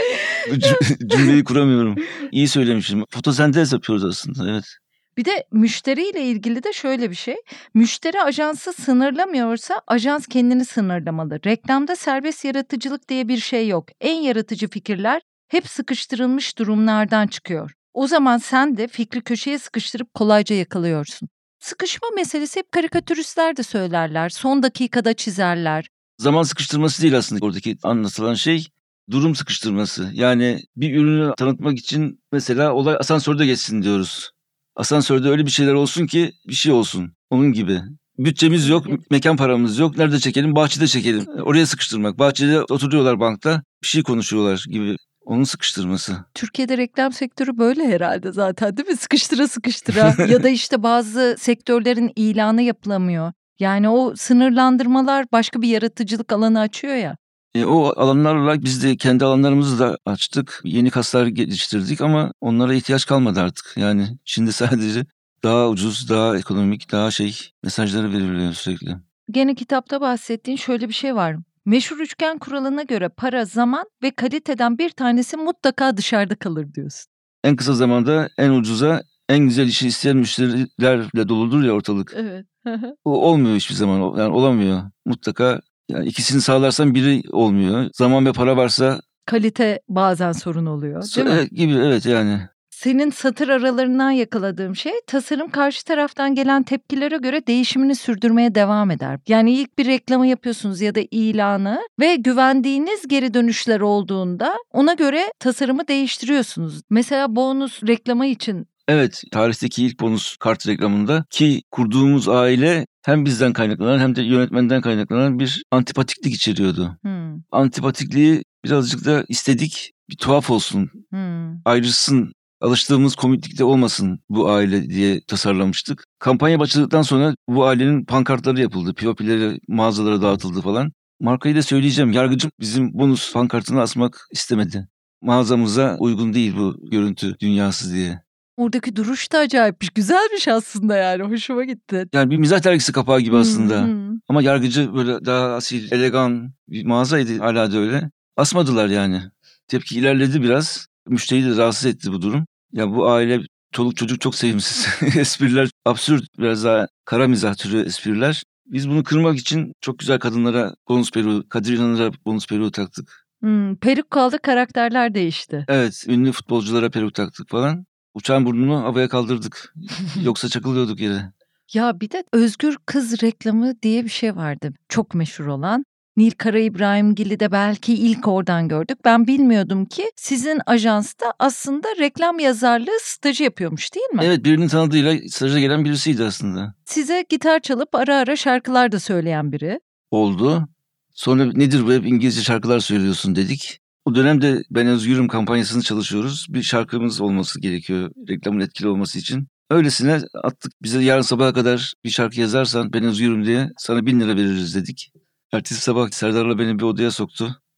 cümleyi kuramıyorum. İyi söylemişim. Fotosentez yapıyoruz aslında, evet. Bir de müşteriyle ilgili de şöyle bir şey. Müşteri ajansı sınırlamıyorsa ajans kendini sınırlamalı. Reklamda serbest yaratıcılık diye bir şey yok. En yaratıcı fikirler hep sıkıştırılmış durumlardan çıkıyor. O zaman sen de fikri köşeye sıkıştırıp kolayca yakalıyorsun. Sıkışma meselesi hep karikatüristler de söylerler. Son dakikada çizerler. Zaman sıkıştırması değil aslında oradaki anlatılan şey. Durum sıkıştırması. Yani bir ürünü tanıtmak için mesela olay asansörde geçsin diyoruz. Asansörde öyle bir şeyler olsun ki bir şey olsun. Onun gibi. Bütçemiz yok, mekan paramız yok. Nerede çekelim? Bahçede çekelim. Oraya sıkıştırmak. Bahçede oturuyorlar bankta, bir şey konuşuyorlar gibi. Onun sıkıştırması. Türkiye'de reklam sektörü böyle herhalde zaten, değil mi? Sıkıştıra sıkıştıra ya da işte bazı sektörlerin ilanı yapılamıyor. Yani o sınırlandırmalar başka bir yaratıcılık alanı açıyor ya. O alanlar olarak biz de kendi alanlarımızı da açtık. Yeni kaslar geliştirdik ama onlara ihtiyaç kalmadı artık. Yani şimdi sadece daha ucuz, daha ekonomik, daha mesajları veriliyor sürekli. Gene kitapta bahsettiğin şöyle bir şey var. Meşhur üçgen kuralına göre para, zaman ve kaliteden bir tanesi mutlaka dışarıda kalır diyorsun. En kısa zamanda en ucuza en güzel işi isteyen müşterilerle doludur ya ortalık. Evet. O olmuyor hiçbir zaman. Yani olamıyor. Mutlaka yani ikisini sağlarsan biri olmuyor. Zaman ve para varsa Kalite bazen sorun oluyor, değil mi? gibi, evet yani. Senin satır aralarından yakaladığım şey, tasarım karşı taraftan gelen tepkilere göre değişimini sürdürmeye devam eder. Yani ilk bir reklamı yapıyorsunuz ya da ilanı ve güvendiğiniz geri dönüşler olduğunda ona göre tasarımı değiştiriyorsunuz. Mesela bonus reklamı için. Evet, tarihteki ilk bonus kart reklamında ki kurduğumuz aile hem bizden kaynaklanan hem de yönetmenden kaynaklanan bir antipatiklik içeriyordu. Antipatikliği birazcık da istedik, bir tuhaf olsun, ayrışsın, alıştığımız komiklikte olmasın bu aile diye tasarlamıştık. Kampanya başladıktan sonra bu ailenin pankartları yapıldı, POP'leri mağazalara dağıtıldı falan. Markayı da söyleyeceğim, yargıcım bizim bonus pankartını asmak istemedi. Mağazamıza uygun değil bu görüntü dünyası diye. Oradaki duruş da acayipmiş. Güzelmiş aslında yani. Hoşuma gitti. Yani bir mizah dergisi kapağı gibi aslında. Ama yargıcı böyle daha asil, elegan bir mağazaydı, hala da öyle. Asmadılar yani. Tepki ilerledi biraz. Müşteriyi de rahatsız etti bu durum. Ya bu aile, çoluk çocuk çok sevimsiz. Espriler absürt, biraz daha kara mizah türü espriler. Biz bunu kırmak için çok güzel kadınlara bonus peruğu, Kadir İnanır'a bonus peruğu taktık. Peruk kaldı, karakterler değişti. Evet, ünlü futbolculara peruk taktık falan. Uçağın burnunu havaya kaldırdık. Yoksa çakılıyorduk yere. Ya bir de Özgür Kız reklamı diye bir şey vardı. Çok meşhur olan. Nil Kara İbrahimgil'i de belki ilk oradan gördük. Ben bilmiyordum ki sizin ajansta aslında reklam yazarlığı stajı yapıyormuş, değil mi? Evet, birinin tanıdığıyla staja gelen birisiydi aslında. Size gitar çalıp ara ara şarkılar da söyleyen biri. Oldu. Sonra nedir bu, hep İngilizce şarkılar söylüyorsun dedik. O dönemde Ben Özgürüm kampanyasını çalışıyoruz. Bir şarkımız olması gerekiyor reklamın etkili olması için. Öylesine attık, bize yarın sabaha kadar bir şarkı yazarsan Ben Özgürüm diye sana 1000 lira veririz dedik. Ertesi sabah Serdar'la beni bir odaya soktu.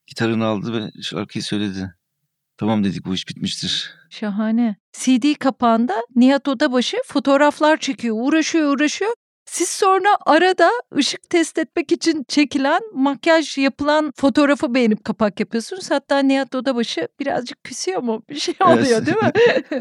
gitarını aldı ve şarkıyı söyledi. Tamam dedik, bu iş bitmiştir. Şahane. CD kapağında Nihat Odabaşı fotoğraflar çekiyor, uğraşıyor. Siz sonra arada ışık test etmek için çekilen, makyaj yapılan fotoğrafı beğenip kapak yapıyorsunuz. Hatta Nihat Odabaşı birazcık küsüyor mu? Bir şey oluyor değil mi?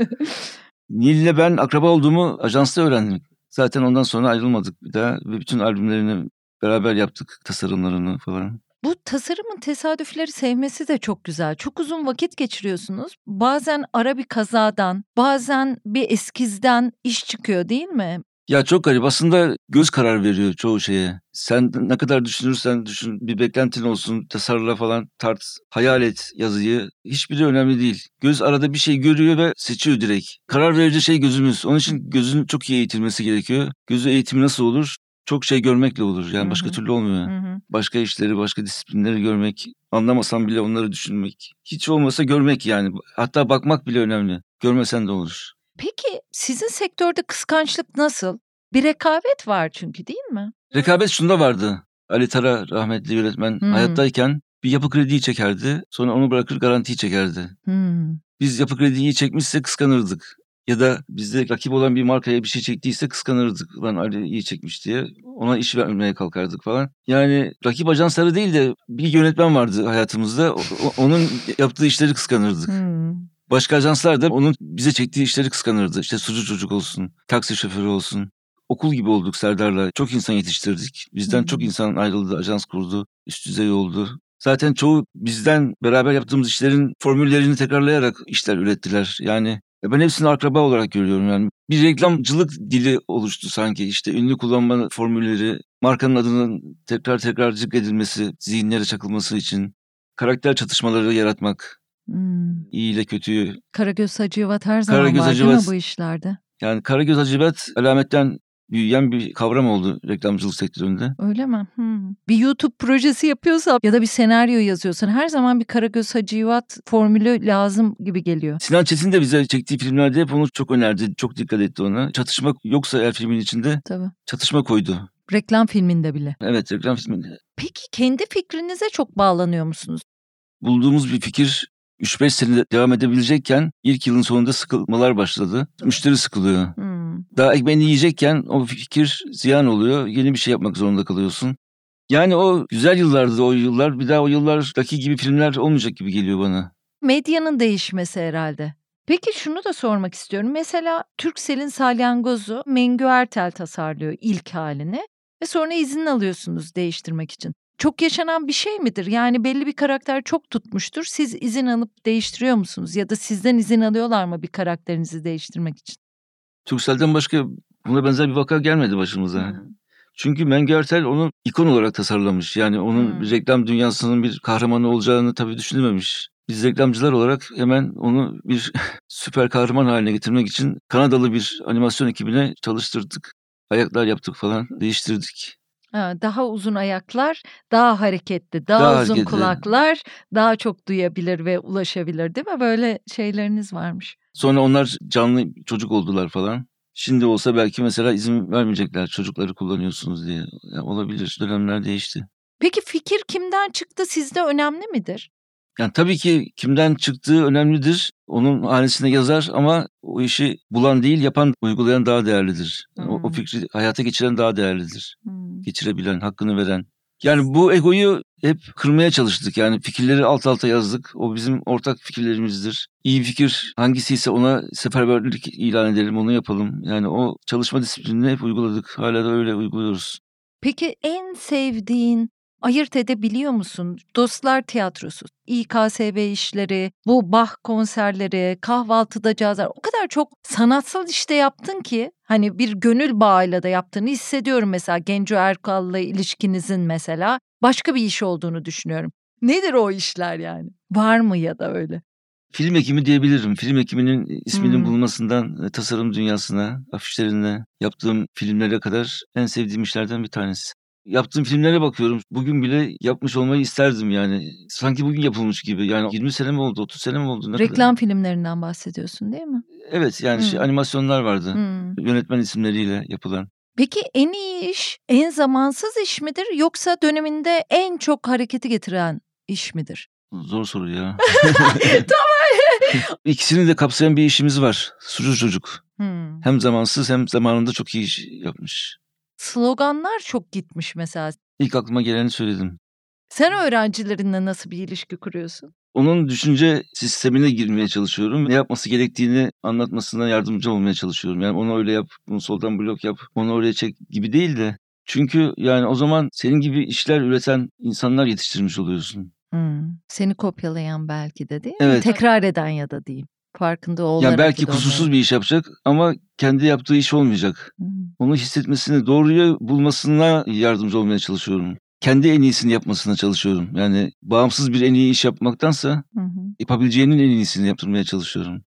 Nil'le ben akraba olduğumu ajansta öğrendim. Zaten ondan sonra ayrılmadık bir daha ve bütün albümlerini beraber yaptık, tasarımlarını falan. Bu tasarımın tesadüfleri sevmesi de çok güzel. Çok uzun vakit geçiriyorsunuz. Bazen ara bir kazadan, bazen bir eskizden iş çıkıyor değil mi? Ya çok garip. Aslında göz karar veriyor çoğu şeye. Sen ne kadar düşünürsen düşün, bir beklentin olsun, tasarla falan, tart, hayal et yazıyı. Hiçbiri önemli değil. Göz arada bir şey görüyor ve seçiyor direkt. Karar verici şey gözümüz. Onun için gözün çok iyi eğitilmesi gerekiyor. Gözü eğitimi nasıl olur? Çok şey görmekle olur. Yani başka türlü olmuyor. Başka işleri, başka disiplinleri görmek, anlamasam bile onları düşünmek. Hiç olmasa görmek yani. Hatta bakmak bile önemli. Görmesen de olur. Peki sizin sektörde kıskançlık nasıl? Bir rekabet var çünkü değil mi? Rekabet şunda vardı. Ali Tara rahmetli yönetmen hayattayken bir yapı krediyi çekerdi. Sonra onu bırakır garantiyi çekerdi. Biz yapı krediyi çekmişse kıskanırdık. Ya da bizde rakip olan bir markaya bir şey çektiyse kıskanırdık. Lan Ali iyi çekmiş diye. Ona iş vermeye kalkardık falan. Yani rakip ajansları değil de bir yönetmen vardı hayatımızda. Onun yaptığı işleri kıskanırdık. Başka ajanslar da onun bize çektiği işleri kıskanırdı. İşte Sucu Çocuk olsun, taksi şoförü olsun. Okul gibi olduk Serdar'la. Çok insan yetiştirdik. Bizden çok insan ayrıldı, ajans kurdu, üst düzey oldu. Zaten çoğu bizden beraber yaptığımız işlerin formüllerini tekrarlayarak işler ürettiler. Yani ben hepsini akraba olarak görüyorum yani. Bir reklamcılık dili oluştu sanki. İşte ünlü kullanma formülleri, markanın adının tekrar zikredilmesi, zihinlere çakılması için, karakter çatışmaları yaratmak. İyi ile kötüyü. Karagöz Hacivat her zaman var değil mi bu işlerde? Yani Karagöz Hacivat alametten büyüyen bir kavram oldu reklamcılık sektöründe. Öyle mi? Bir YouTube projesi yapıyorsa ya da bir senaryo yazıyorsan her zaman bir Karagöz Hacivat formülü lazım gibi geliyor. Sinan Çetin de bize çektiği filmlerde hep onu çok önerdi. Çok dikkat etti ona. Çatışma yoksa eğer filmin içinde çatışma koydu. Reklam filminde bile. Evet, reklam filminde. Peki kendi fikrinize çok bağlanıyor musunuz? Bulduğumuz bir fikir 3-5 sene devam edebilecekken ilk yılın sonunda sıkılmalar başladı. Müşteri sıkılıyor. Daha ekmeğini yiyecekken o fikir ziyan oluyor. Yeni bir şey yapmak zorunda kalıyorsun. Yani o güzel yıllardı o yıllar. Bir daha o yıllardaki gibi filmler olmayacak gibi geliyor bana. Medyanın değişmesi herhalde. Peki şunu da sormak istiyorum. Mesela Turkcell'in salyangozu Mengü Ertel tasarlıyor ilk halini ve sonra izin alıyorsunuz değiştirmek için. Çok yaşanan bir şey midir? Yani belli bir karakter çok tutmuştur. Siz izin alıp değiştiriyor musunuz? Ya da sizden izin alıyorlar mı bir karakterinizi değiştirmek için? Turkcell'den başka buna benzer bir vaka gelmedi başımıza. Çünkü Mengü Ertel onu ikon olarak tasarlamış. Yani onun bir reklam dünyasının bir kahramanı olacağını tabii düşünmemiş. Biz reklamcılar olarak hemen onu bir süper kahraman haline getirmek için Kanadalı bir animasyon ekibine çalıştırdık. Ayaklar yaptık falan, değiştirdik. Daha uzun ayaklar, daha hareketli, daha uzun kulaklar, daha çok duyabilir ve ulaşabilir değil mi? Böyle şeyleriniz varmış. Sonra onlar canlı çocuk oldular falan. Şimdi olsa belki mesela izin vermeyecekler, çocukları kullanıyorsunuz diye. Yani olabilir, dönemler değişti. Peki fikir kimden çıktı, sizde önemli midir? Yani tabii ki kimden çıktığı önemlidir. Onun hanesine yazar ama o işi bulan değil, yapan, uygulayan daha değerlidir. O fikri hayata geçiren daha değerlidir. Geçirebilen, hakkını veren. Yani bu egoyu hep kırmaya çalıştık. Yani fikirleri alt alta yazdık. O bizim ortak fikirlerimizdir. İyi fikir hangisiyse ona seferberlik ilan edelim, onu yapalım. Yani o çalışma disiplinini hep uyguladık. Hala da öyle uyguluyoruz. Peki en sevdiğin, ayırt edebiliyor musun? Dostlar Tiyatrosu, İKSV işleri, bu Bach konserleri, kahvaltıda cazlar, o kadar çok sanatsal işte yaptın ki hani bir gönül bağıyla da yaptığını hissediyorum mesela Genco Erkal'la ilişkinizin mesela başka bir iş olduğunu düşünüyorum. Nedir o işler yani? Var mı ya da öyle? Film ekimi diyebilirim. Film ekiminin isminin bulunmasından tasarım dünyasına, afişlerine, yaptığım filmlere kadar en sevdiğim işlerden bir tanesi. Yaptığım filmlere bakıyorum. Bugün bile yapmış olmayı isterdim yani. Sanki bugün yapılmış gibi. Yani 20 sene mi oldu, 30 sene mi oldu? Reklam filmlerinden bahsediyorsun değil mi? Evet yani animasyonlar vardı. Yönetmen isimleriyle yapılan. Peki en iyi iş, en zamansız iş midir yoksa döneminde en çok hareketi getiren iş midir? Zor soru ya. Tamam. İkisini de kapsayan bir işimiz var. Suçlu çocuk. Hem zamansız hem zamanında çok iyi iş yapmış. Sloganlar çok gitmiş mesela. İlk aklıma geleni söyledim. Sen öğrencilerinle nasıl bir ilişki kuruyorsun? Onun düşünce sistemine girmeye çalışıyorum. Ne yapması gerektiğini anlatmasına yardımcı olmaya çalışıyorum. Yani onu öyle yap, bunu soldan blok yap, onu oraya çek gibi değil de. Çünkü yani o zaman senin gibi işler üreten insanlar yetiştirmiş oluyorsun. Seni kopyalayan belki de değil mi? Evet. Tekrar eden ya da diyeyim. Farkında olarak. Yani belki da kusursuz olmayan. bir iş yapacak ama kendi yaptığı iş olmayacak. Onu hissetmesini, doğruyu bulmasına yardımcı olmaya çalışıyorum. Kendi en iyisini yapmasına çalışıyorum. Yani bağımsız bir en iyi iş yapmaktansa yapabileceğinin en iyisini yaptırmaya çalışıyorum.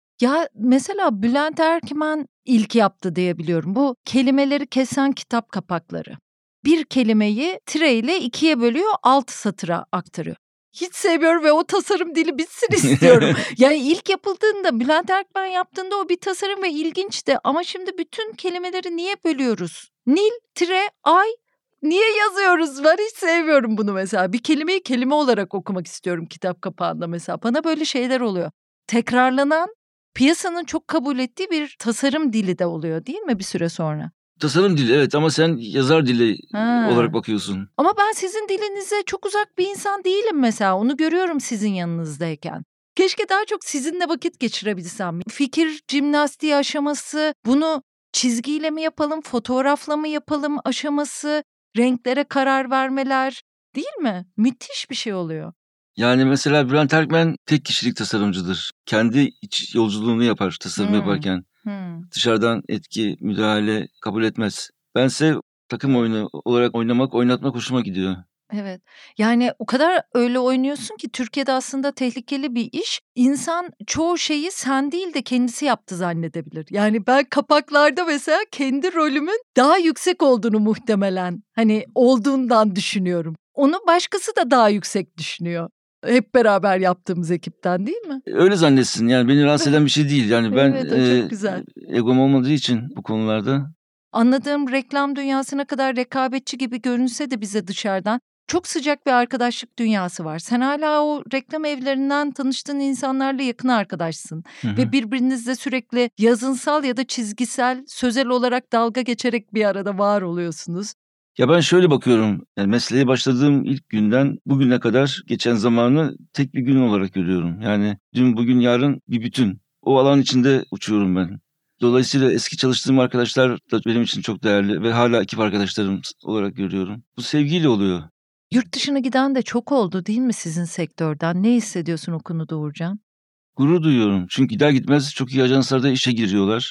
Ya mesela Bülent Erkmen ilk yaptı diye biliyorum. Bu kelimeleri kesen kitap kapakları. Bir kelimeyi tireyle 2'ye bölüyor, 6 satıra aktarıyor. Hiç sevmiyorum ve o tasarım dili bitsin istiyorum. Yani ilk yapıldığında, Bülent Erkmen yaptığında o bir tasarım ve ilginçti. Ama şimdi bütün kelimeleri niye bölüyoruz? Nil, tire, ay. Niye yazıyoruz? Ben hiç sevmiyorum bunu mesela. Bir kelimeyi kelime olarak okumak istiyorum kitap kapağında mesela. Bana böyle şeyler oluyor. Tekrarlanan, piyasanın çok kabul ettiği bir tasarım dili de oluyor değil mi bir süre sonra? Tasarım dili evet ama sen yazar dili olarak bakıyorsun. Ama ben sizin dilinize çok uzak bir insan değilim mesela. Onu görüyorum sizin yanınızdayken. Keşke daha çok sizinle vakit geçirebilsem. Fikir jimnastiği aşaması, bunu çizgiyle mi yapalım, fotoğrafla mı yapalım aşaması, renklere karar vermeler değil mi? Müthiş bir şey oluyor. Yani mesela Bülent Erkmen tek kişilik tasarımcıdır. Kendi iç yolculuğunu yapar tasarım yaparken. Dışarıdan etki, müdahale kabul etmez. Bense takım oyunu olarak oynatmak hoşuma gidiyor. Evet. Yani o kadar öyle oynuyorsun ki Türkiye'de aslında tehlikeli bir iş. İnsan çoğu şeyi sen değil de kendisi yaptı zannedebilir. Yani ben kapaklarda mesela kendi rolümün daha yüksek olduğunu muhtemelen olduğundan düşünüyorum. Onu başkası da daha yüksek düşünüyor. Hep beraber yaptığımız ekipten değil mi? Öyle zannetsin yani beni rahatsız eden bir şey değil. Yani ben Evet, o çok güzel. egom olmadığı için bu konularda. Anladığım reklam dünyasına kadar rekabetçi gibi görünse de bize dışarıdan çok sıcak bir arkadaşlık dünyası var. Sen hala o reklam evlerinden tanıştığın insanlarla yakın arkadaşsın. Ve birbirinizle sürekli yazınsal ya da çizgisel, sözel olarak dalga geçerek bir arada var oluyorsunuz. Ya ben şöyle bakıyorum. Yani mesleğe başladığım ilk günden bugüne kadar geçen zamanı tek bir gün olarak görüyorum. Yani dün, bugün, yarın bir bütün. O alan içinde uçuyorum ben. Dolayısıyla eski çalıştığım arkadaşlar da benim için çok değerli ve hala ekip arkadaşlarım olarak görüyorum. Bu sevgiyle oluyor. Yurt dışına giden de çok oldu değil mi sizin sektörden? Ne hissediyorsun o konuda Uğurcan? Gurur duyuyorum. Çünkü gider gitmez çok iyi ajanslarda işe giriyorlar.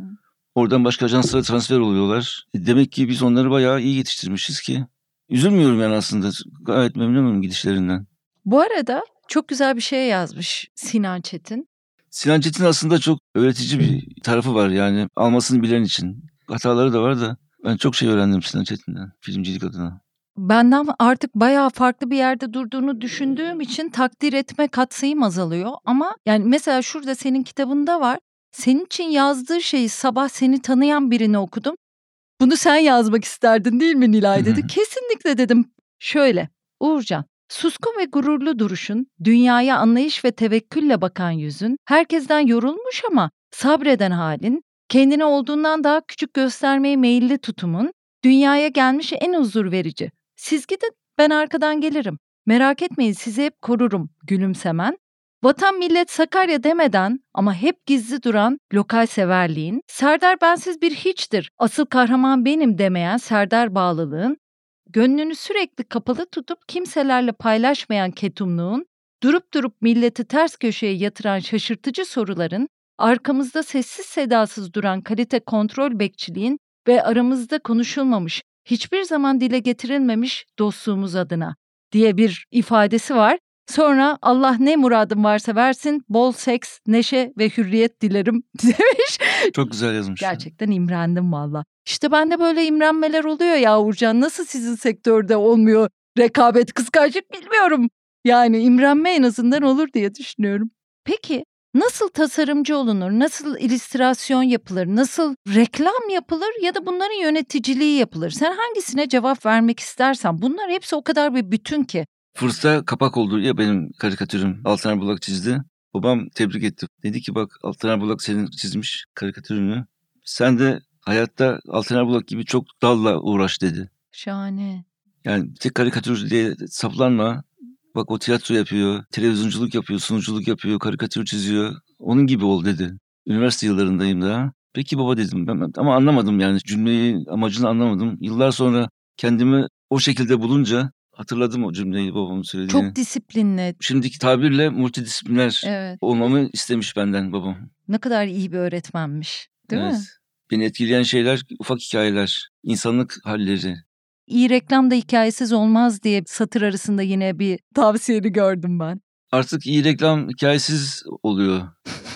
Oradan başka ajanslara transfer oluyorlar. Demek ki biz onları bayağı iyi yetiştirmişiz ki. Üzülmüyorum yani aslında. Gayet memnunum gidişlerinden. Bu arada çok güzel bir şey yazmış Sinan Çetin. Sinan Çetin aslında çok öğretici bir tarafı var yani almasını bilen için. Hataları da var da ben çok şey öğrendim Sinan Çetin'den filmcilik adına. Benden artık bayağı farklı bir yerde durduğunu düşündüğüm için takdir etme katsayım azalıyor. Ama yani mesela şurada senin kitabında var. Senin için yazdığı şeyi sabah seni tanıyan birini okudum. Bunu sen yazmak isterdin değil mi Nilay dedi. Kesinlikle dedim. Şöyle Uğurcan, suskun ve gururlu duruşun, dünyaya anlayış ve tevekkülle bakan yüzün, herkesten yorulmuş ama sabreden halin, kendini olduğundan daha küçük göstermeye meyilli tutumun, dünyaya gelmiş en huzur verici. Siz gidin, ben arkadan gelirim. Merak etmeyin, sizi hep korurum gülümsemen. Vatan millet Sakarya demeden ama hep gizli duran lokal severliğin, Serdar bensiz bir hiçtir, asıl kahraman benim demeyen Serdar bağlılığın, gönlünü sürekli kapalı tutup kimselerle paylaşmayan ketumluğun, durup durup milleti ters köşeye yatıran şaşırtıcı soruların, arkamızda sessiz sedasız duran kalite kontrol bekçiliğin ve aramızda konuşulmamış, hiçbir zaman dile getirilmemiş dostluğumuz adına diye bir ifadesi var. Sonra Allah ne muradın varsa versin, bol seks, neşe ve hürriyet dilerim demiş. Çok güzel yazmış. Gerçekten imrendim valla. İşte bende böyle imrenmeler oluyor ya Uğurcan. Nasıl sizin sektörde olmuyor? Rekabet, kıskançlık bilmiyorum. Yani imrenme en azından olur diye düşünüyorum. Peki nasıl tasarımcı olunur? Nasıl illüstrasyon yapılır? Nasıl reklam yapılır ya da bunların yöneticiliği yapılır? Sen hangisine cevap vermek istersen bunlar hepsi o kadar bir bütün ki. Fırsat'a kapak oldu ya benim karikatürüm. Altıner Bulak çizdi. Babam tebrik etti. Dedi ki bak Altıner Bulak senin çizmiş karikatürünü. Sen de hayatta Altıner Bulak gibi çok dalla uğraş dedi. Şahane. Yani tek karikatür diye saplanma. Bak o tiyatro yapıyor, televizyonculuk yapıyor, sunuculuk yapıyor, karikatür çiziyor. Onun gibi ol dedi. Üniversite yıllarındayım daha. Peki baba dedim ben, ama anlamadım yani cümleyi, amacını anlamadım. Yıllar sonra kendimi o şekilde bulunca hatırladım o cümleyi babamın söylediğini. Çok disiplinli. Şimdiki tabirle multidisipliner Evet. olmamı istemiş benden babam. Ne kadar iyi bir öğretmenmiş. Değil mi? Beni etkileyen şeyler ufak hikayeler, insanlık halleri. İyi reklam da hikayesiz olmaz diye satır arasında yine bir tavsiyeni gördüm ben. Artık iyi reklam hikayesiz oluyor.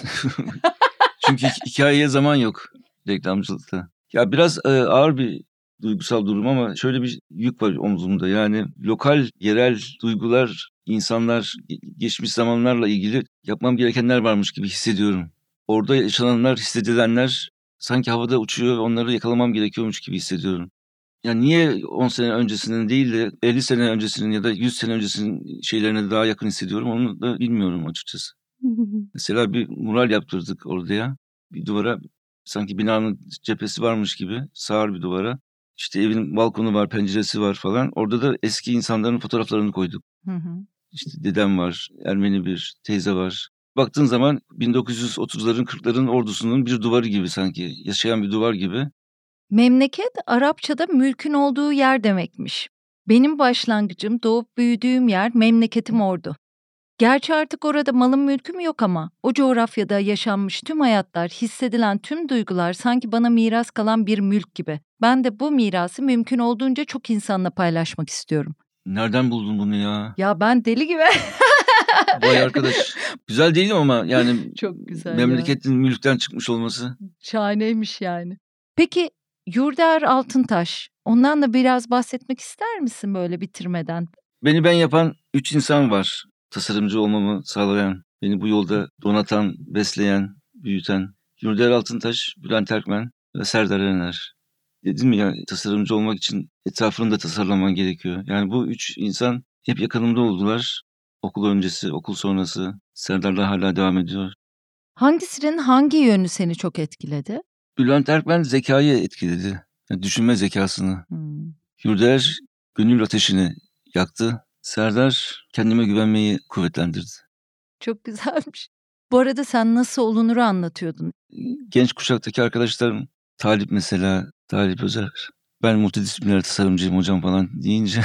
Çünkü hikayeye zaman yok reklamcılıkta. Ya biraz ağır bir duygusal durum ama şöyle bir yük var omzumda. Yani lokal, yerel duygular, insanlar, geçmiş zamanlarla ilgili yapmam gerekenler varmış gibi hissediyorum. Orada yaşananlar, hissedilenler sanki havada uçuyor, onları yakalamam gerekiyormuş gibi hissediyorum. Yani niye 10 sene öncesinin değil de 50 sene öncesinin ya da 100 sene öncesinin şeylerine daha yakın hissediyorum onu da bilmiyorum açıkçası. Mesela bir mural yaptırdık oraya. Bir duvara sanki binanın cephesi varmış gibi sağır bir duvara. İşte evin balkonu var, penceresi var falan. Orada da eski insanların fotoğraflarını koyduk. İşte dedem var, Ermeni bir teyze var. Baktığın zaman 1930'ların 40'ların ordusunun bir duvarı gibi sanki. Yaşayan bir duvar gibi. Memleket Arapçada mülkün olduğu yer demekmiş. Benim başlangıcım, doğup büyüdüğüm yer memleketim Ordu. Gerçi artık orada malım mülküm yok ama o coğrafyada yaşanmış tüm hayatlar, hissedilen tüm duygular sanki bana miras kalan bir mülk gibi. Ben de bu mirası mümkün olduğunca çok insanla paylaşmak istiyorum. Nereden buldun bunu ya? Ya ben deli gibi. Vay arkadaş. Güzel değil mi ama yani Çok güzel memleketin mülkten çıkmış olması. Şahaneymiş yani. Peki Yurdaer Altıntaş, ondan da biraz bahsetmek ister misin böyle bitirmeden? Beni ben yapan 3 insan var. Tasarımcı olmamı sağlayan, beni bu yolda donatan, besleyen, büyüten. Yurdaer Altıntaş, Bülent Erkmen ve Serdar Erener. Dedim ya tasarımcı olmak için etrafını da tasarlaman gerekiyor. Yani bu 3 insan hep yakınımda oldular. Okul öncesi, okul sonrası. Serdar'la hala devam ediyor. Hangisinin hangi yönü seni çok etkiledi? Bülent Erkmen zekayı etkiledi. Yani düşünme zekasını. Yurdaer gönül ateşini yaktı. Serdar kendime güvenmeyi kuvvetlendirdi. Çok güzelmiş. Bu arada sen nasıl olunuru anlatıyordun. Genç kuşaktaki arkadaşlarım Talip mesela, Talip Özer. Ben multidisipliner tasarımcıyım hocam falan deyince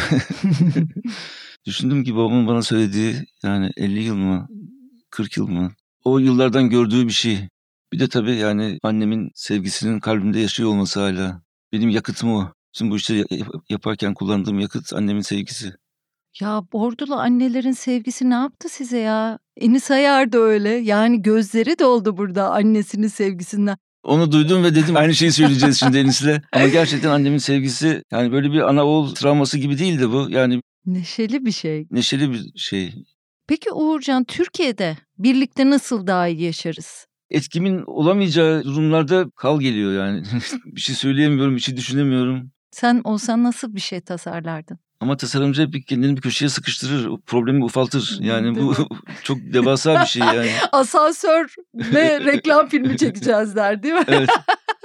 düşündüm ki babamın bana söylediği yani 50 yıl mı 40 yıl mı o yıllardan gördüğü bir şey. Bir de tabii yani annemin sevgisinin kalbimde yaşıyor olması hala. Benim yakıtım o. Şimdi bu işleri yaparken kullandığım yakıt annemin sevgisi. Ya Ordulu annelerin sevgisi ne yaptı size ya? Enis Ayar da öyle. Yani gözleri doldu burada annesinin sevgisinden. Onu duydum ve dedim aynı şeyi söyleyeceğiz şimdi Enis'le. Ama gerçekten annemin sevgisi yani böyle bir ana oğul travması gibi değildi bu. Yani neşeli bir şey. Neşeli bir şey. Peki Uğurcan, Türkiye'de birlikte nasıl daha iyi yaşarız? Etkimin olamayacağı durumlarda kal geliyor yani. Bir şey söyleyemiyorum, bir şey düşünemiyorum. Sen olsan nasıl bir şey tasarlardın? Ama tasarımcı hep kendini bir köşeye sıkıştırır, problemi ufaltır. Yani bu çok devasa bir şey yani. Asansör ve reklam filmi çekeceğiz der değil mi? Evet.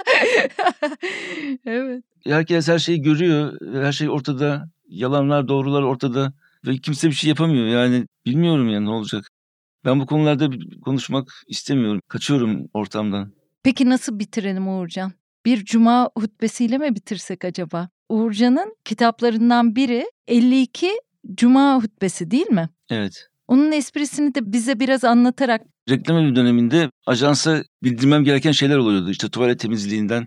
Evet. Herkes her şeyi görüyor, her şey ortada. Yalanlar, doğrular ortada. Ve kimse bir şey yapamıyor yani. Bilmiyorum yani ne olacak. Ben bu konularda konuşmak istemiyorum. Kaçıyorum ortamdan. Peki nasıl bitirelim Uğurcan? Bir cuma hutbesiyle mi bitirsek acaba? Uğurcan'ın kitaplarından biri 52 Cuma hutbesi değil mi? Evet. Onun esprisini de bize biraz anlatarak. Reklam evi döneminde ajansa bildirmem gereken şeyler oluyordu. İşte tuvalet temizliğinden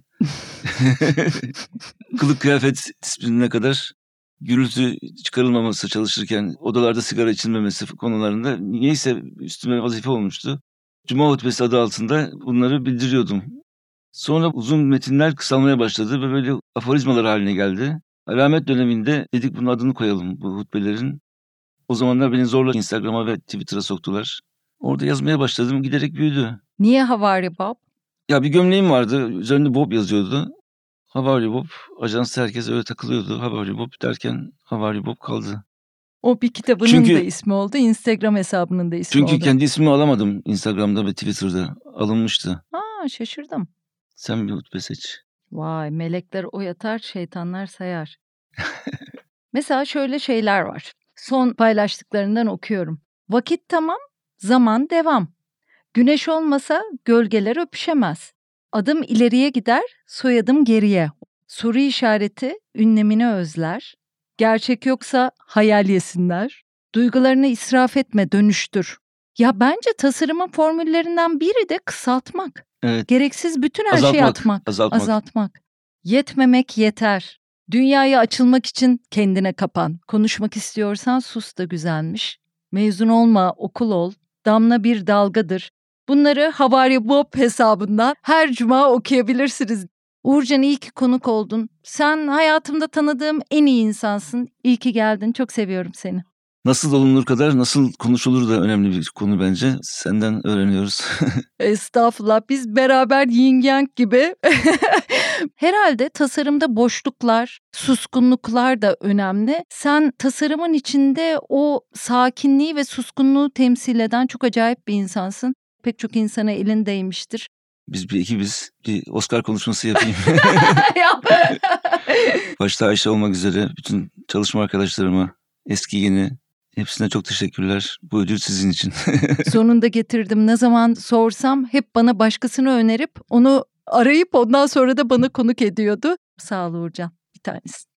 kılık kıyafet disiplinine kadar gürültü çıkarılmaması çalışırken odalarda sigara içilmemesi konularında niyeyse üstüme vazife olmuştu. Cuma hutbesi adı altında bunları bildiriyordum. Sonra uzun metinler kısalmaya başladı ve böyle aforizmalar haline geldi. Alamet döneminde dedik bunun adını koyalım bu hutbelerin. O zamanlar beni zorla Instagram'a ve Twitter'a soktular. Orada yazmaya başladım, giderek büyüdü. Niye Havari Bob? Ya bir gömleğim vardı, üzerinde Bob yazıyordu. Havari Bob, ajansta herkes öyle takılıyordu. Havari Bob derken Havari Bob kaldı. O bir kitabının da ismi oldu, Instagram hesabının da ismi oldu. Çünkü kendi ismimi alamadım Instagram'da ve Twitter'da. Alınmıştı. Şaşırdım. Sen bir hutbe seç. Vay, melekler o yatar, şeytanlar sayar. Mesela şöyle şeyler var. Son paylaştıklarından okuyorum. Vakit tamam, zaman devam. Güneş olmasa gölgeler öpüşemez. Adım ileriye gider, soyadım geriye. Soru işareti ünlemini özler. Gerçek yoksa hayal yesinler. Duygularını israf etme, dönüştür. Ya bence tasarımın formüllerinden biri de kısaltmak. Evet. Gereksiz bütün her şeyi atmak, azaltmak. Yetmemek yeter. Dünyaya açılmak için kendine kapan. Konuşmak istiyorsan sus da güzelmiş. Mezun olma, okul ol. Damla bir dalgadır. Bunları Havari Bob hesabından her cuma okuyabilirsiniz. Uğurcan, iyi ki konuk oldun. Sen hayatımda tanıdığım en iyi insansın. İyi ki geldin. Çok seviyorum seni. Nasıl olunur kadar nasıl konuşulur da önemli bir konu bence. Senden öğreniyoruz. Estağfurullah. Biz beraber yin yang gibi. Herhalde tasarımda boşluklar, suskunluklar da önemli. Sen tasarımın içinde o sakinliği ve suskunluğu temsil eden çok acayip bir insansın. Pek çok insana elin değmiştir. Biz bir ekibiz. Bir Oscar konuşması yapayım. Başta Ayşe olmak üzere bütün çalışma arkadaşlarıma, eski yeni, hepsine çok teşekkürler. Bu ödül sizin için. Sonunda getirdim. Ne zaman sorsam hep bana başkasını önerip onu arayıp ondan sonra da bana konuk ediyordu. Sağ ol Uğurcan, bir tanesi.